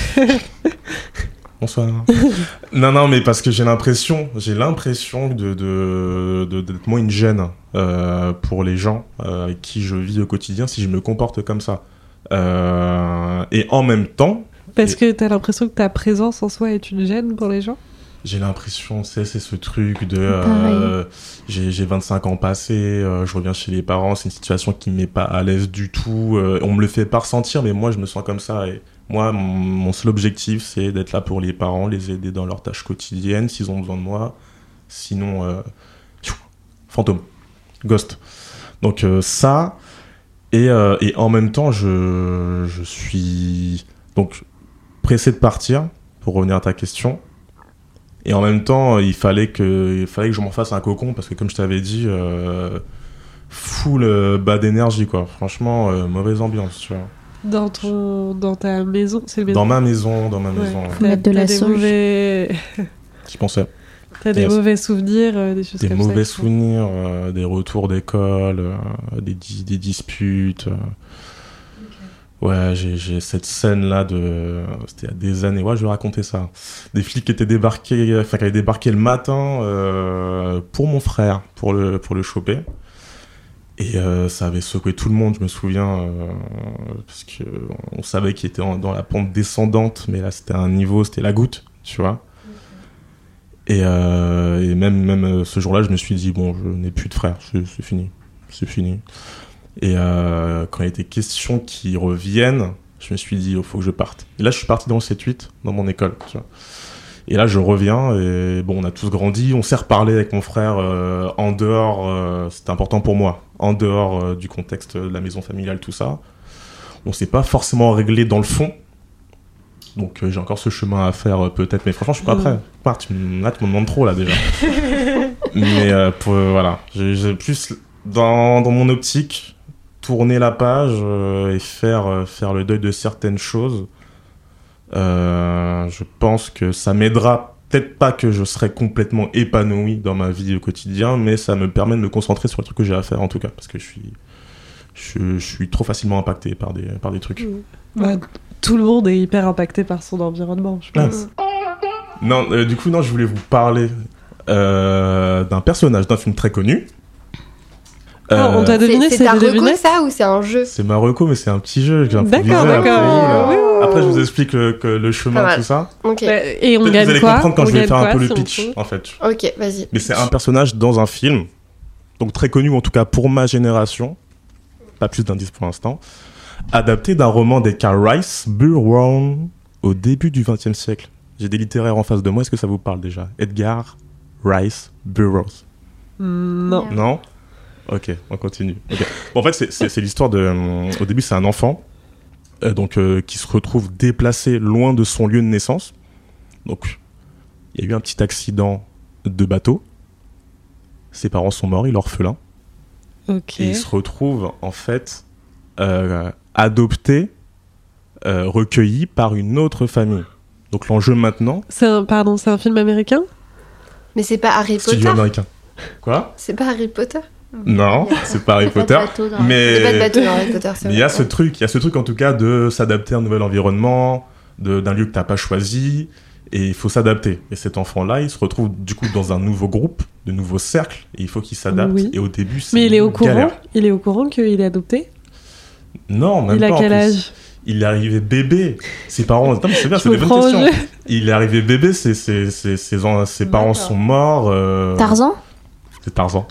Bonsoir. non, mais parce que j'ai l'impression d'être moins une gêne pour les gens avec qui je vis au quotidien si je me comporte comme ça. Et en même temps, Parce que t'as l'impression que ta présence en soi est une gêne pour les gens? j'ai l'impression, c'est ce truc de Pareil. j'ai 25 ans passés, je reviens chez les parents, c'est une situation qui me met pas à l'aise du tout, on me le fait pas ressentir, mais moi je me sens comme ça, et moi mon seul objectif c'est d'être là pour les parents, les aider dans leurs tâches quotidiennes s'ils ont besoin de moi, sinon fantôme, ghost. Donc ça, et en même temps je suis donc pressé de partir, pour revenir à ta question. Et en même temps, il fallait que je m'en fasse un cocon parce que, comme je t'avais dit, full bas d'énergie, quoi. Franchement, mauvaise ambiance, tu vois. Dans ta maison, c'est le maison. Dans ma maison. Faut mettre de T'as la des sauge. mauvais... J'y pensais. T'as des Yes. mauvais souvenirs, des choses Des comme mauvais ça. souvenirs, des retours d'école, des disputes. Ouais, j'ai cette scène-là c'était il y a des années. Ouais, je vais raconter ça. Des flics qui avaient débarqué le matin pour mon frère, pour le choper. Et ça avait secoué tout le monde, je me souviens, parce que on savait qu'il était dans la pente descendante, mais là c'était la goutte, tu vois. Et même ce jour-là, je me suis dit, bon, je n'ai plus de frère, c'est fini. Et quand il était question qu'ils reviennent, je me suis dit, il faut que je parte. Et là, je suis parti dans le 7-8, dans mon école, tu vois. Et là, je reviens, et bon, on a tous grandi, on s'est reparlé avec mon frère en dehors, c'était important pour moi, en dehors du contexte de la maison familiale, tout ça. On s'est pas forcément réglé dans le fond, donc j'ai encore ce chemin à faire peut-être, mais franchement, je suis pas prêt. Là, tu me demandes trop, là, déjà. Mais voilà, j'ai plus, dans mon optique, tourner la page et faire le deuil de certaines choses. Je pense que ça m'aidera, peut-être pas que je serai complètement épanoui dans ma vie au quotidien, mais ça me permet de me concentrer sur les trucs que j'ai à faire en tout cas, parce que je suis trop facilement impacté par des trucs. Bah, tout le monde est hyper impacté par son environnement, je pense. Non, du coup, non, je voulais vous parler d'un personnage d'un film très connu. On t'a deviné, c'est ta des reco devinettes ça ou c'est un jeu? C'est ma reco, mais c'est un petit jeu que j'ai improvisé. D'accord. Oui. Oui. Après, je vous explique le chemin, Pas mal. tout ça. Ok, Et on Peut-être gagne vous allez quoi? comprendre quand On je vais gagne faire un quoi, peu le si on pitch, peut en fait. ok, vas-y. Mais c'est un personnage dans un film, donc très connu en tout cas pour ma génération, pas plus d'indices pour l'instant, adapté d'un roman d'Edgar Rice Burroughs au début du XXe siècle. J'ai des littéraires en face de moi, est-ce que ça vous parle déjà? Edgar Rice Burroughs. Non. Non? Ok, on continue. Okay. Bon, en fait, c'est l'histoire de... au début, c'est un enfant qui se retrouve déplacé loin de son lieu de naissance. Donc, il y a eu un petit accident de bateau. Ses parents sont morts, il est orphelin. Ok. Et il se retrouve, en fait, adopté, recueilli par une autre famille. Donc, l'enjeu maintenant... C'est un film américain? Mais c'est pas Harry Potter? Studio américain. Quoi? C'est pas Harry Potter? Non, c'est pas Harry Potter. Mais... Il y a pas de bateau dans Harry Potter, c'est Mais il y a ce truc en tout cas de s'adapter à un nouvel environnement, d'un lieu que t'as pas choisi, et il faut s'adapter. Et cet enfant-là, il se retrouve du coup dans un nouveau groupe, de nouveaux cercles, et il faut qu'il s'adapte. Oui. Et au début, c'est Mais il est au courant? galère. Il est au courant qu'il est adopté? Non, même Il pas. a en quel plus. âge? Il est arrivé bébé. Ses parents. Non, mais c'est bien, Je c'est des me bonnes prends au questions. jeu. Il est arrivé bébé, ses parents sont morts. Tarzan? C'est Tarzan.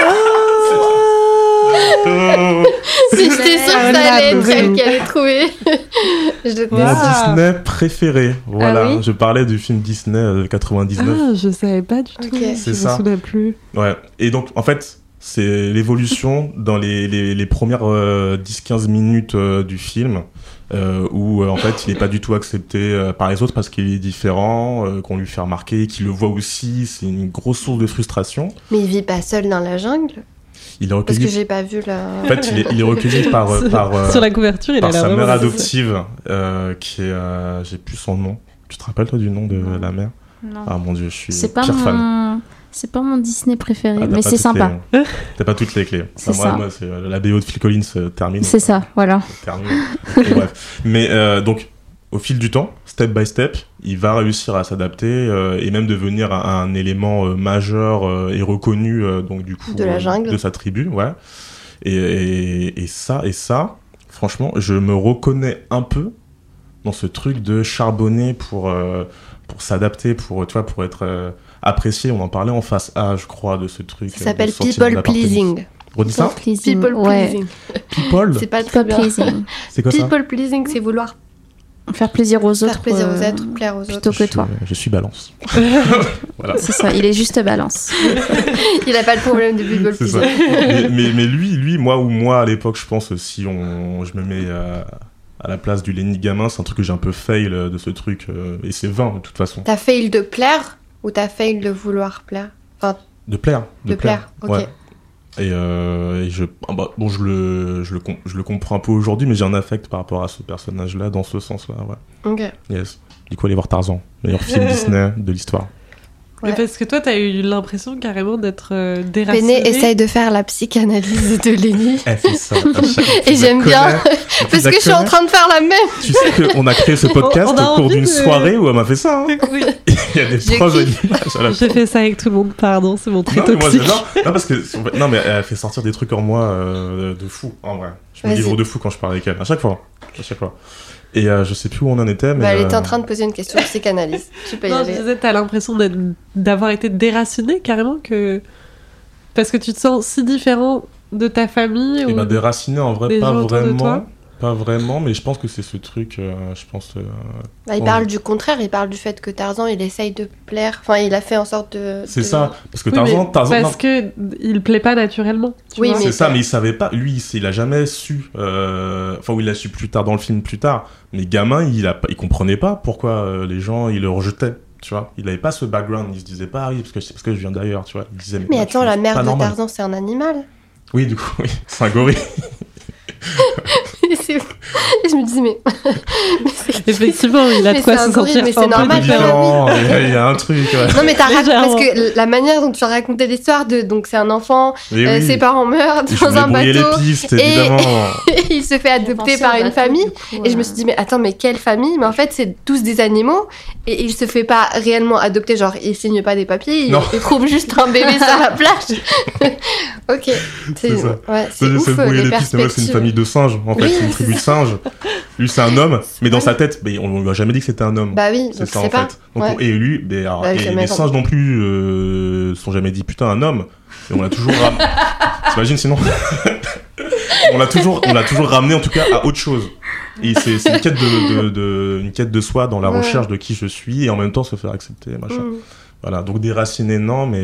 Si j'étais sûre que ça allait être elle qui allait trouver. Je Mon déteste. Disney préféré. Voilà, Ah oui je parlais du film Disney 99. Ah, je savais pas du tout. Ok. C'est Je ça. me souviens plus. Ouais, et donc en fait, c'est l'évolution dans les premières 10-15 minutes du film où en fait il est pas du tout accepté par les autres parce qu'il est différent, qu'on lui fait remarquer, qu'il le voit aussi, c'est une grosse source de frustration. Mais il vit pas seul dans la jungle? Il est Parce recueilli, que j'ai pas vu la. en fait il est recueilli par Sur la couverture, il a par l'air sa vraiment mère intéressant. adoptive qui est j'ai plus son nom. Tu te rappelles toi du nom de la mère? Non. Ah mon dieu, je suis C'est pas pire fan. C'est pas mon Disney préféré, Ah, t'as mais pas c'est toutes sympa. T'as pas toutes les clés. C'est Enfin, ça. moi c'est la BO de Phil Collins termine. C'est ça, voilà. Terminé. Et bref. Mais donc, au fil du temps, step by step, il va réussir à s'adapter et même devenir un élément majeur et reconnu donc du coup De la jungle. de sa tribu, ouais. Et ça, franchement, je me reconnais un peu dans ce truc de charbonner pour s'adapter, pour être apprécié. On en parlait en face A, je crois, de ce truc. Ça s'appelle de sentiment people d'appartenance. pleasing. Redis ça. Pleasing. People Ouais. pleasing. People. C'est pas très People bien. pleasing. C'est quoi ça? People pleasing, c'est vouloir Faire plaisir aux autres. faire plaisir aux autres, plaire aux autres. plutôt que toi. Je suis balance. Voilà. C'est ça, il est juste balance. Il a pas le problème de people C'est ça. pleasing. mais lui, moi à l'époque, je pense, si je me mets à la place du Lenny gamin, c'est un truc que j'ai un peu fail de ce truc, et c'est vain de toute façon. T'as fail de plaire ou t'as fail de vouloir plaire? Enfin, De plaire. de plaire, ok. Ouais. Et je le comprends un peu aujourd'hui, mais j'ai un affect par rapport à ce personnage-là, dans ce sens-là, ouais. Ok. Yes. Du coup, allez voir Tarzan, meilleur film Disney de l'histoire. Mais Ouais. parce que toi, t'as eu l'impression carrément d'être déracinée. Béné essaye de faire la psychanalyse de Lenny. Elle fait ça. à chaque- Et tu j'aime la bien, connais, parce que je suis en train de faire la même. Tu sais qu'on a créé ce podcast On a au cours envie d'une de- soirée où elle m'a fait ça. Hein. Oui. Il y a des J'ai preuves à kiffé. l'image à la J'ai fait ça avec tout le monde, pardon, c'est mon trait Non, mais moi toxique. j'adore. Non, parce que non, mais elle fait sortir des trucs en moi de fou, en vrai. Je me Vas-y. livre de fou quand je parle avec elle, à chaque fois. Et je sais plus où on en était, mais. Bah, elle était en train de poser une question de psychanalyse. Tu peux y Non, je aller. disais, t'as l'impression d'avoir été déraciné carrément que. Parce que tu te sens si différent de ta famille Et ou... ben déraciné en vrai, des pas gens autour de vraiment. toi. Pas vraiment, mais je pense que c'est ce truc, je pense. Bah, il parle du contraire, il parle du fait que Tarzan, il essaye de plaire. Enfin, il a fait en sorte de. C'est de- ça, parce que Oui, Tarzan, mais Tarzan, non, parce que il plaît pas naturellement. Tu Oui, vois. mais- c'est ça, mais il savait pas. Lui, il a jamais su. Enfin, il l'a su plus tard dans le film, plus tard. Mais gamin, il comprenait pas pourquoi les gens ils le rejetaient. Tu vois, il avait pas ce background. Il se disait pas, ah oui, parce que je viens d'ailleurs. Tu vois, il disait. Mais non, attends, tu- la c'est mère pas de normal. Tarzan, c'est un animal. Oui, du coup, oui, c'est un gorille. Et je me dis, mais. mais c'est- Effectivement, il a de Mais quoi c'est un se gorille, sentir mais c'est un peu normal, différent. bah Il y a un truc. Ouais. Non, mais parce Légèrement. que la manière dont tu as raconté l'histoire de. Donc, c'est un enfant, Mais oui. ses parents meurent Et je dans voulais un brouiller bateau. les pistes, et- évidemment. Il se fait adopter par une famille. Et je me suis dit, mais attends, mais quelle famille? Mais en fait, c'est tous des animaux. Et il se fait pas réellement adopter. Genre, il signe pas des papiers. Il Non. trouve juste un bébé sur la plage. Ok. C'est ça. Ouais, C'est c'est ouf, brouiller les les pistes, mais moi, c'est une perspectives. famille de singes, en fait, Oui, c'est une c'est tribu de singes. Lui, c'est un homme, mais dans vrai. sa tête, mais on lui a jamais dit que c'était un homme. Bah oui, C'est donc ça, c'est en pas. fait. Donc, Ouais. et lui, mais alors, Bah, et jamais les compris. singes non plus sont jamais dit putain, un homme. Et on l'a toujours ramené. T'imagines sinon on l'a toujours ramené en tout cas à autre chose. Et c'est une quête une quête de soi dans la Ouais. recherche de qui je suis et en même temps se faire accepter, machin. Mm. Voilà, donc déraciner non, mais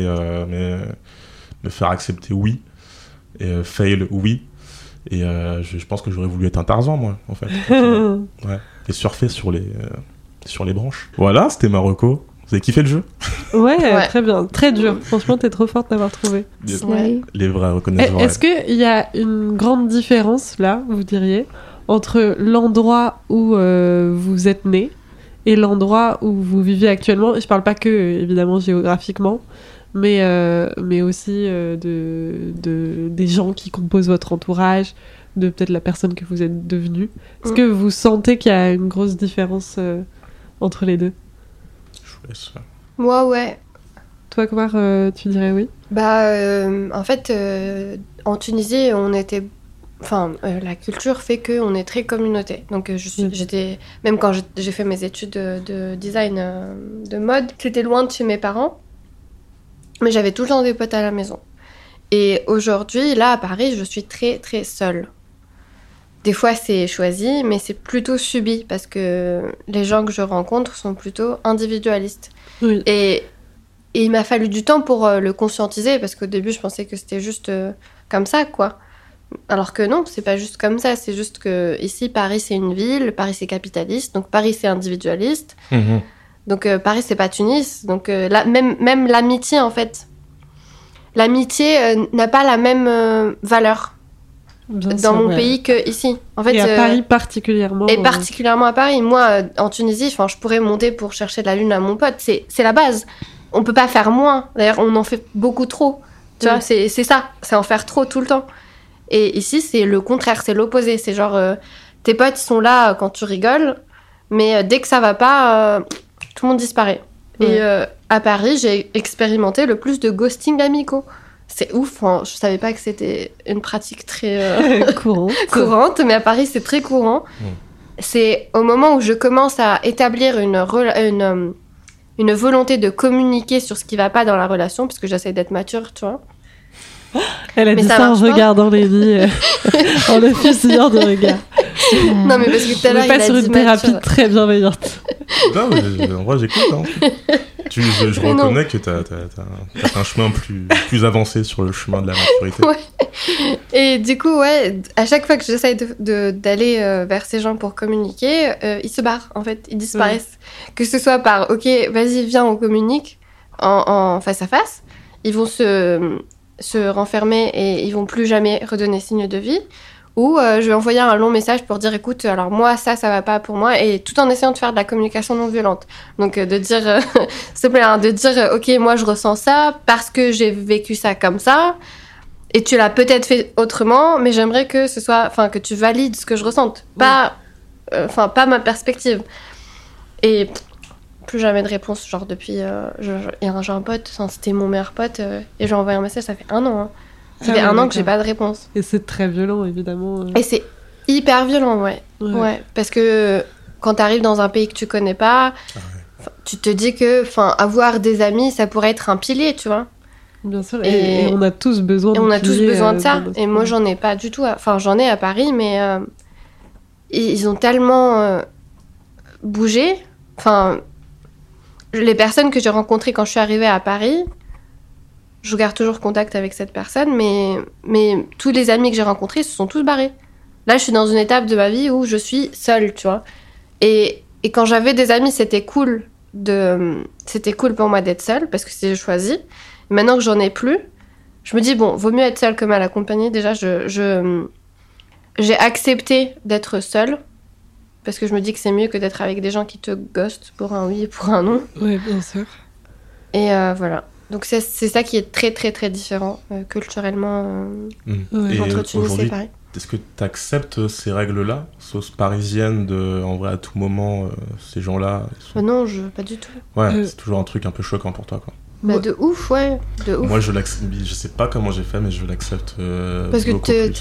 me faire accepter oui, et fail oui. Et je pense que j'aurais voulu être un Tarzan moi, en fait. Ouais. Et surfer sur les branches. Voilà, c'était Marocco. Vous avez kiffé le jeu? Ouais, Ouais. très bien. Très dur. Franchement, t'es trop forte d'avoir trouvé. Ouais. Les vrais reconnaissent vrais. Est-ce qu'il y a une grande différence, là, vous diriez, entre l'endroit où vous êtes né et l'endroit où vous vivez actuellement? Je parle pas que, évidemment, géographiquement, mais aussi des gens qui composent votre entourage, de peut-être la personne que vous êtes devenue. Est-ce que vous sentez qu'il y a une grosse différence entre les deux? Je vous laisse. Moi, ouais. Toi, Kumar, tu dirais oui? Bah, en fait, en Tunisie, on était. Enfin, la culture fait qu'on est très communauté. Donc, j'étais. Même quand j'ai fait mes études de design de mode, c'était loin de chez mes parents. Mais j'avais tout le temps des potes à la maison. Et aujourd'hui, là, à Paris, je suis très, très seule. Des fois, c'est choisi, mais c'est plutôt subi parce que les gens que je rencontre sont plutôt individualistes. Oui. Et il m'a fallu du temps pour le conscientiser parce qu'au début, je pensais que c'était juste comme ça, quoi. Alors que non, c'est pas juste comme ça. C'est juste que ici, Paris, c'est une ville, Paris, c'est capitaliste, donc Paris, c'est individualiste. Mhm. Donc Paris, c'est pas Tunis. Donc là, même l'amitié, en fait. L'amitié n'a pas la même valeur Bien dans sûr, mon ouais. pays qu'ici. En fait, Et à Paris particulièrement. et particulièrement à Paris. Moi, en Tunisie, je pourrais monter pour chercher de la lune à mon pote. C'est la base. On peut pas faire moins. D'ailleurs, on en fait beaucoup trop. Tu vois, c'est ça. C'est en faire trop tout le temps. Et ici, c'est le contraire. C'est l'opposé. C'est genre, tes potes, ils sont là quand tu rigoles. Mais dès que ça va pas, tout le monde disparaît. Ouais. Et à Paris, j'ai expérimenté le plus de ghosting amicaux. C'est ouf. Je savais pas que c'était une pratique très... courant. courante, mais à Paris, c'est très courant. C'est au moment où je commence à établir une volonté de communiquer sur ce qui va pas dans la relation, parce que j'essaie d'être mature, tu vois. Elle a Mais dit ça ça en marche pas. regardant Lenny, en le fusillant de regard. Non, mais parce que tout à On l'heure, est il pas a sur dit une thérapie mature. très bienveillante. Non, mais en vrai, j'écoute. Hein. Je Mais non. reconnais que t'as un chemin plus avancé sur le chemin de la maturité. Ouais. Et du coup, ouais, à chaque fois que j'essaie d'aller vers ces gens pour communiquer, ils se barrent, en fait, ils disparaissent. Que ce soit par, ok, vas-y, viens, on communique en face à face, ils vont se renfermer et ils vont plus jamais redonner signe de vie, ou je vais envoyer un long message pour dire écoute, alors moi ça va pas pour moi, et tout en essayant de faire de la communication non violente. Donc de dire s'il te plaît, de dire ok, moi je ressens ça parce que j'ai vécu ça comme ça, et tu l'as peut-être fait autrement, mais j'aimerais que ce soit, enfin que tu valides ce que je ressente, pas ma perspective. Et plus jamais de réponse, genre depuis j'ai un pote, c'était mon meilleur pote, et j'ai envoyé un message, ça fait 1 an, hein. Ça fait 1 an que j'ai pas de réponse. Et c'est très violent, évidemment. Et c'est hyper violent, ouais. Parce que quand t'arrives dans un pays que tu connais pas, tu te dis que avoir des amis, ça pourrait être un pilier, tu vois. Bien sûr, et on a tous besoin de ça. Et moi, j'en ai pas du tout. Enfin, j'en ai à Paris, mais ils ont tellement bougé. Enfin, les personnes que j'ai rencontrées quand je suis arrivée à Paris, je garde toujours contact avec cette personne, mais tous les amis que j'ai rencontrés se sont tous barrés. Là, je suis dans une étape de ma vie où je suis seule, tu vois. Et quand j'avais des amis, c'était cool pour moi d'être seule, parce que j'ai choisi. Maintenant que j'en ai plus, je me dis, bon, vaut mieux être seule que mal accompagnée. Déjà, j'ai accepté d'être seule, parce que je me dis que c'est mieux que d'être avec des gens qui te ghostent pour un oui et pour un non. Oui, bien sûr. Et voilà. Donc c'est ça qui est très très très différent culturellement entre Tunis et Paris. Est-ce que tu acceptes ces règles-là, sauce parisienne, en vrai à tout moment, ces gens-là Non, pas du tout. Ouais, c'est toujours un truc un peu choquant pour toi, quoi. Bah de ouf, ouais, de ouf. Moi je l'accepte, je sais pas comment j'ai fait, mais je l'accepte parce que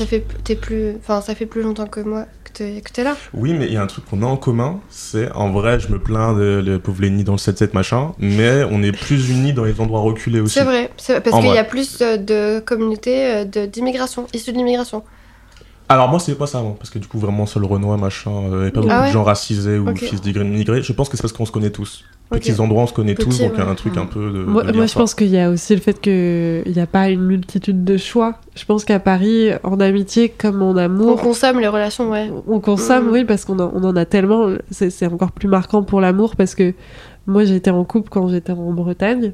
ça fait plus longtemps que moi que t'es là. Oui, mais il y a un truc qu'on a en commun, c'est en vrai je me plains de pauvre Lenny dans le 7-7 machin, mais on est plus unis dans les endroits reculés aussi. C'est vrai, parce qu'il y a plus de communautés d'immigration, issues de l'immigration. Alors moi c'est pas ça, parce que du coup vraiment seul Renoir machin, il n'y a pas beaucoup de gens racisés ou fils d'immigrés. Je pense que c'est parce qu'on se connaît tous. Petits endroits on se connaît tous, donc il y a un truc un peu de moi je pense qu'il y a aussi le fait qu'il n'y a pas une multitude de choix. Je pense qu'à Paris, en amitié comme en amour, on consomme les relations, ouais. On consomme, oui, parce qu'on en a tellement. C'est encore plus marquant pour l'amour, parce que moi j'étais en couple quand j'étais en Bretagne.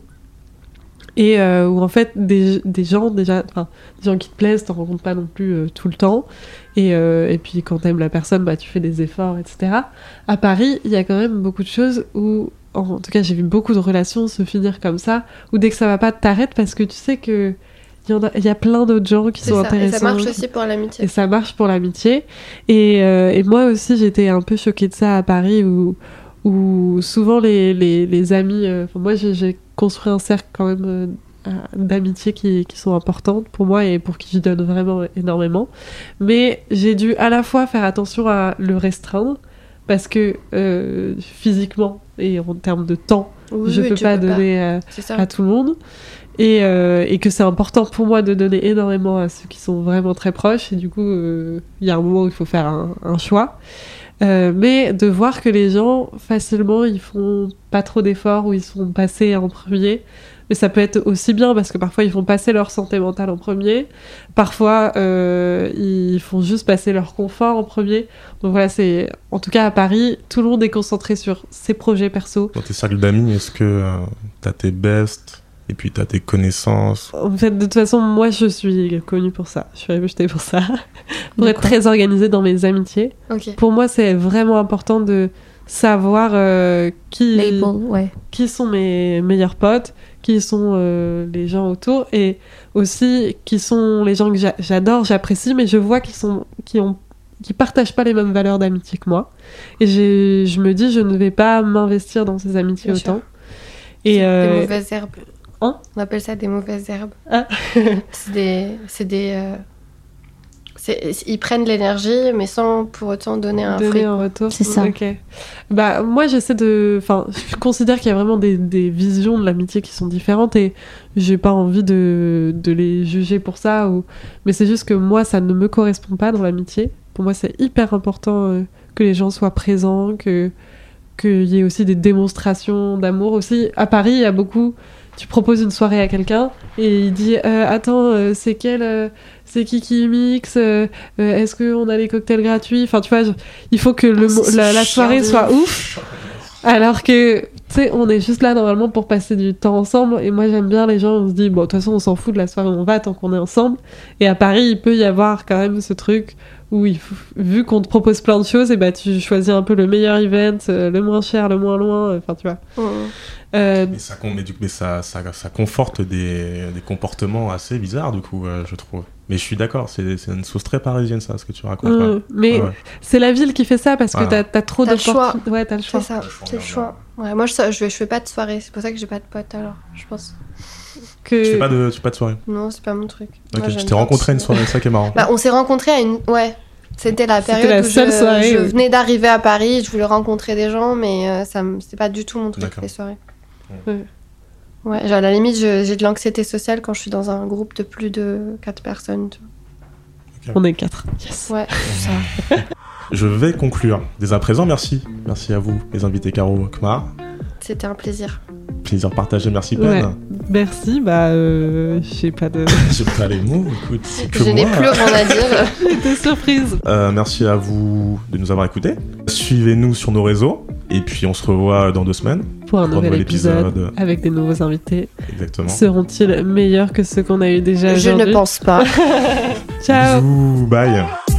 Et où en fait des gens qui te plaisent, t'en rencontres pas non plus tout le temps, et puis quand t'aimes la personne, tu fais des efforts, etc. À Paris, il y a quand même beaucoup de choses où, en tout cas j'ai vu beaucoup de relations se finir comme ça, où dès que ça va pas, t'arrêtes parce que tu sais que il y a plein d'autres gens qui sont intéressants. Et ça marche aussi pour l'amitié. Et ça marche pour l'amitié. Et moi aussi j'étais un peu choquée de ça à Paris, où souvent les amis, moi j'ai construit un cercle quand même d'amitié qui sont importantes pour moi et pour qui je donne vraiment énormément, mais j'ai dû à la fois faire attention à le restreindre parce que physiquement et en termes de temps je peux pas donner à tout le monde, et que c'est important pour moi de donner énormément à ceux qui sont vraiment très proches, et du coup il y a un moment où il faut faire un choix. Mais de voir que les gens, facilement, ils font pas trop d'efforts, ou ils sont passés en premier. Mais ça peut être aussi bien, parce que parfois, ils font passer leur santé mentale en premier. Parfois, ils font juste passer leur confort en premier. Donc voilà, en tout cas, à Paris, tout le monde est concentré sur ses projets perso. Dans tes cercles d'amis, est-ce que t'as tes bestes ? Et puis t'as tes connaissances. En fait, de toute façon, moi, je suis connue pour ça. Je suis réputée pour ça. Pour être très organisée dans mes amitiés. Okay. Pour moi, c'est vraiment important de savoir qui sont mes meilleurs potes, qui sont les gens autour, et aussi qui sont les gens que j'adore, j'apprécie, mais je vois qui partagent pas les mêmes valeurs d'amitié que moi. Et je me dis, je ne vais pas m'investir dans ces amitiés autant. Et des mauvaises herbes. Hein, on appelle ça des mauvaises herbes. Ah. Ils prennent l'énergie, mais sans pour autant donner un fruit. Un retour. C'est ça. Okay. Moi, je considère qu'il y a vraiment des visions de l'amitié qui sont différentes, et j'ai pas envie de les juger pour ça. Mais c'est juste que moi, ça ne me correspond pas dans l'amitié. Pour moi, c'est hyper important que les gens soient présents, qu'il y ait aussi des démonstrations d'amour. Aussi, à Paris, il y a beaucoup... Tu proposes une soirée à quelqu'un et il dit attends, c'est qui mixe, est-ce qu'on a les cocktails gratuits, enfin tu vois, il faut que la soirée soit ouf, alors que tu sais, on est juste là normalement pour passer du temps ensemble. Et moi j'aime bien les gens, on se dit bon, de toute façon on s'en fout de la soirée où on va tant qu'on est ensemble. Et à Paris il peut y avoir quand même ce truc où vu qu'on te propose plein de choses, et bah tu choisis un peu le meilleur event, le moins cher, le moins loin, enfin tu vois. Mais ça conforte des comportements assez bizarres du coup, je trouve. Mais je suis d'accord, c'est une sauce très parisienne ça, ce que tu racontes. Mais c'est la ville qui fait ça parce que t'as trop de choix. Ouais, t'as le choix. C'est ça, c'est le choix. Ouais, moi je fais pas de soirée, c'est pour ça que j'ai pas de potes alors, je pense. Tu fais pas de soirée? Non, c'est pas mon truc. Ok, je t'ai rencontré à une soirée, c'est ça qui est marrant. Bah, on s'est rencontrés à une. Ouais. C'était la période où soirée, je venais d'arriver à Paris, je voulais rencontrer des gens, mais c'est pas du tout mon truc, les soirées. Ouais, à la limite, j'ai de l'anxiété sociale quand je suis dans un groupe de plus de 4 personnes. Tu vois. Okay. On est 4. Yes. Ouais, ça. Je vais conclure. Dès à présent, merci. Merci à vous, les invités Caro, Khmar. C'était un plaisir. Plaisir partagé, merci Ben. Ouais. Merci, j'ai pas de... J'ai pas les mots, écoute. Je n'ai plus rien à dire. J'étais surprise. Merci à vous de nous avoir écoutés. Suivez-nous sur nos réseaux. Et puis on se revoit dans 2 semaines. Pour un nouvel épisode avec des nouveaux invités. Exactement. Seront-ils meilleurs que ceux qu'on a eu déjà Je aujourd'hui? ne pense pas. Ciao. Bisous, bye.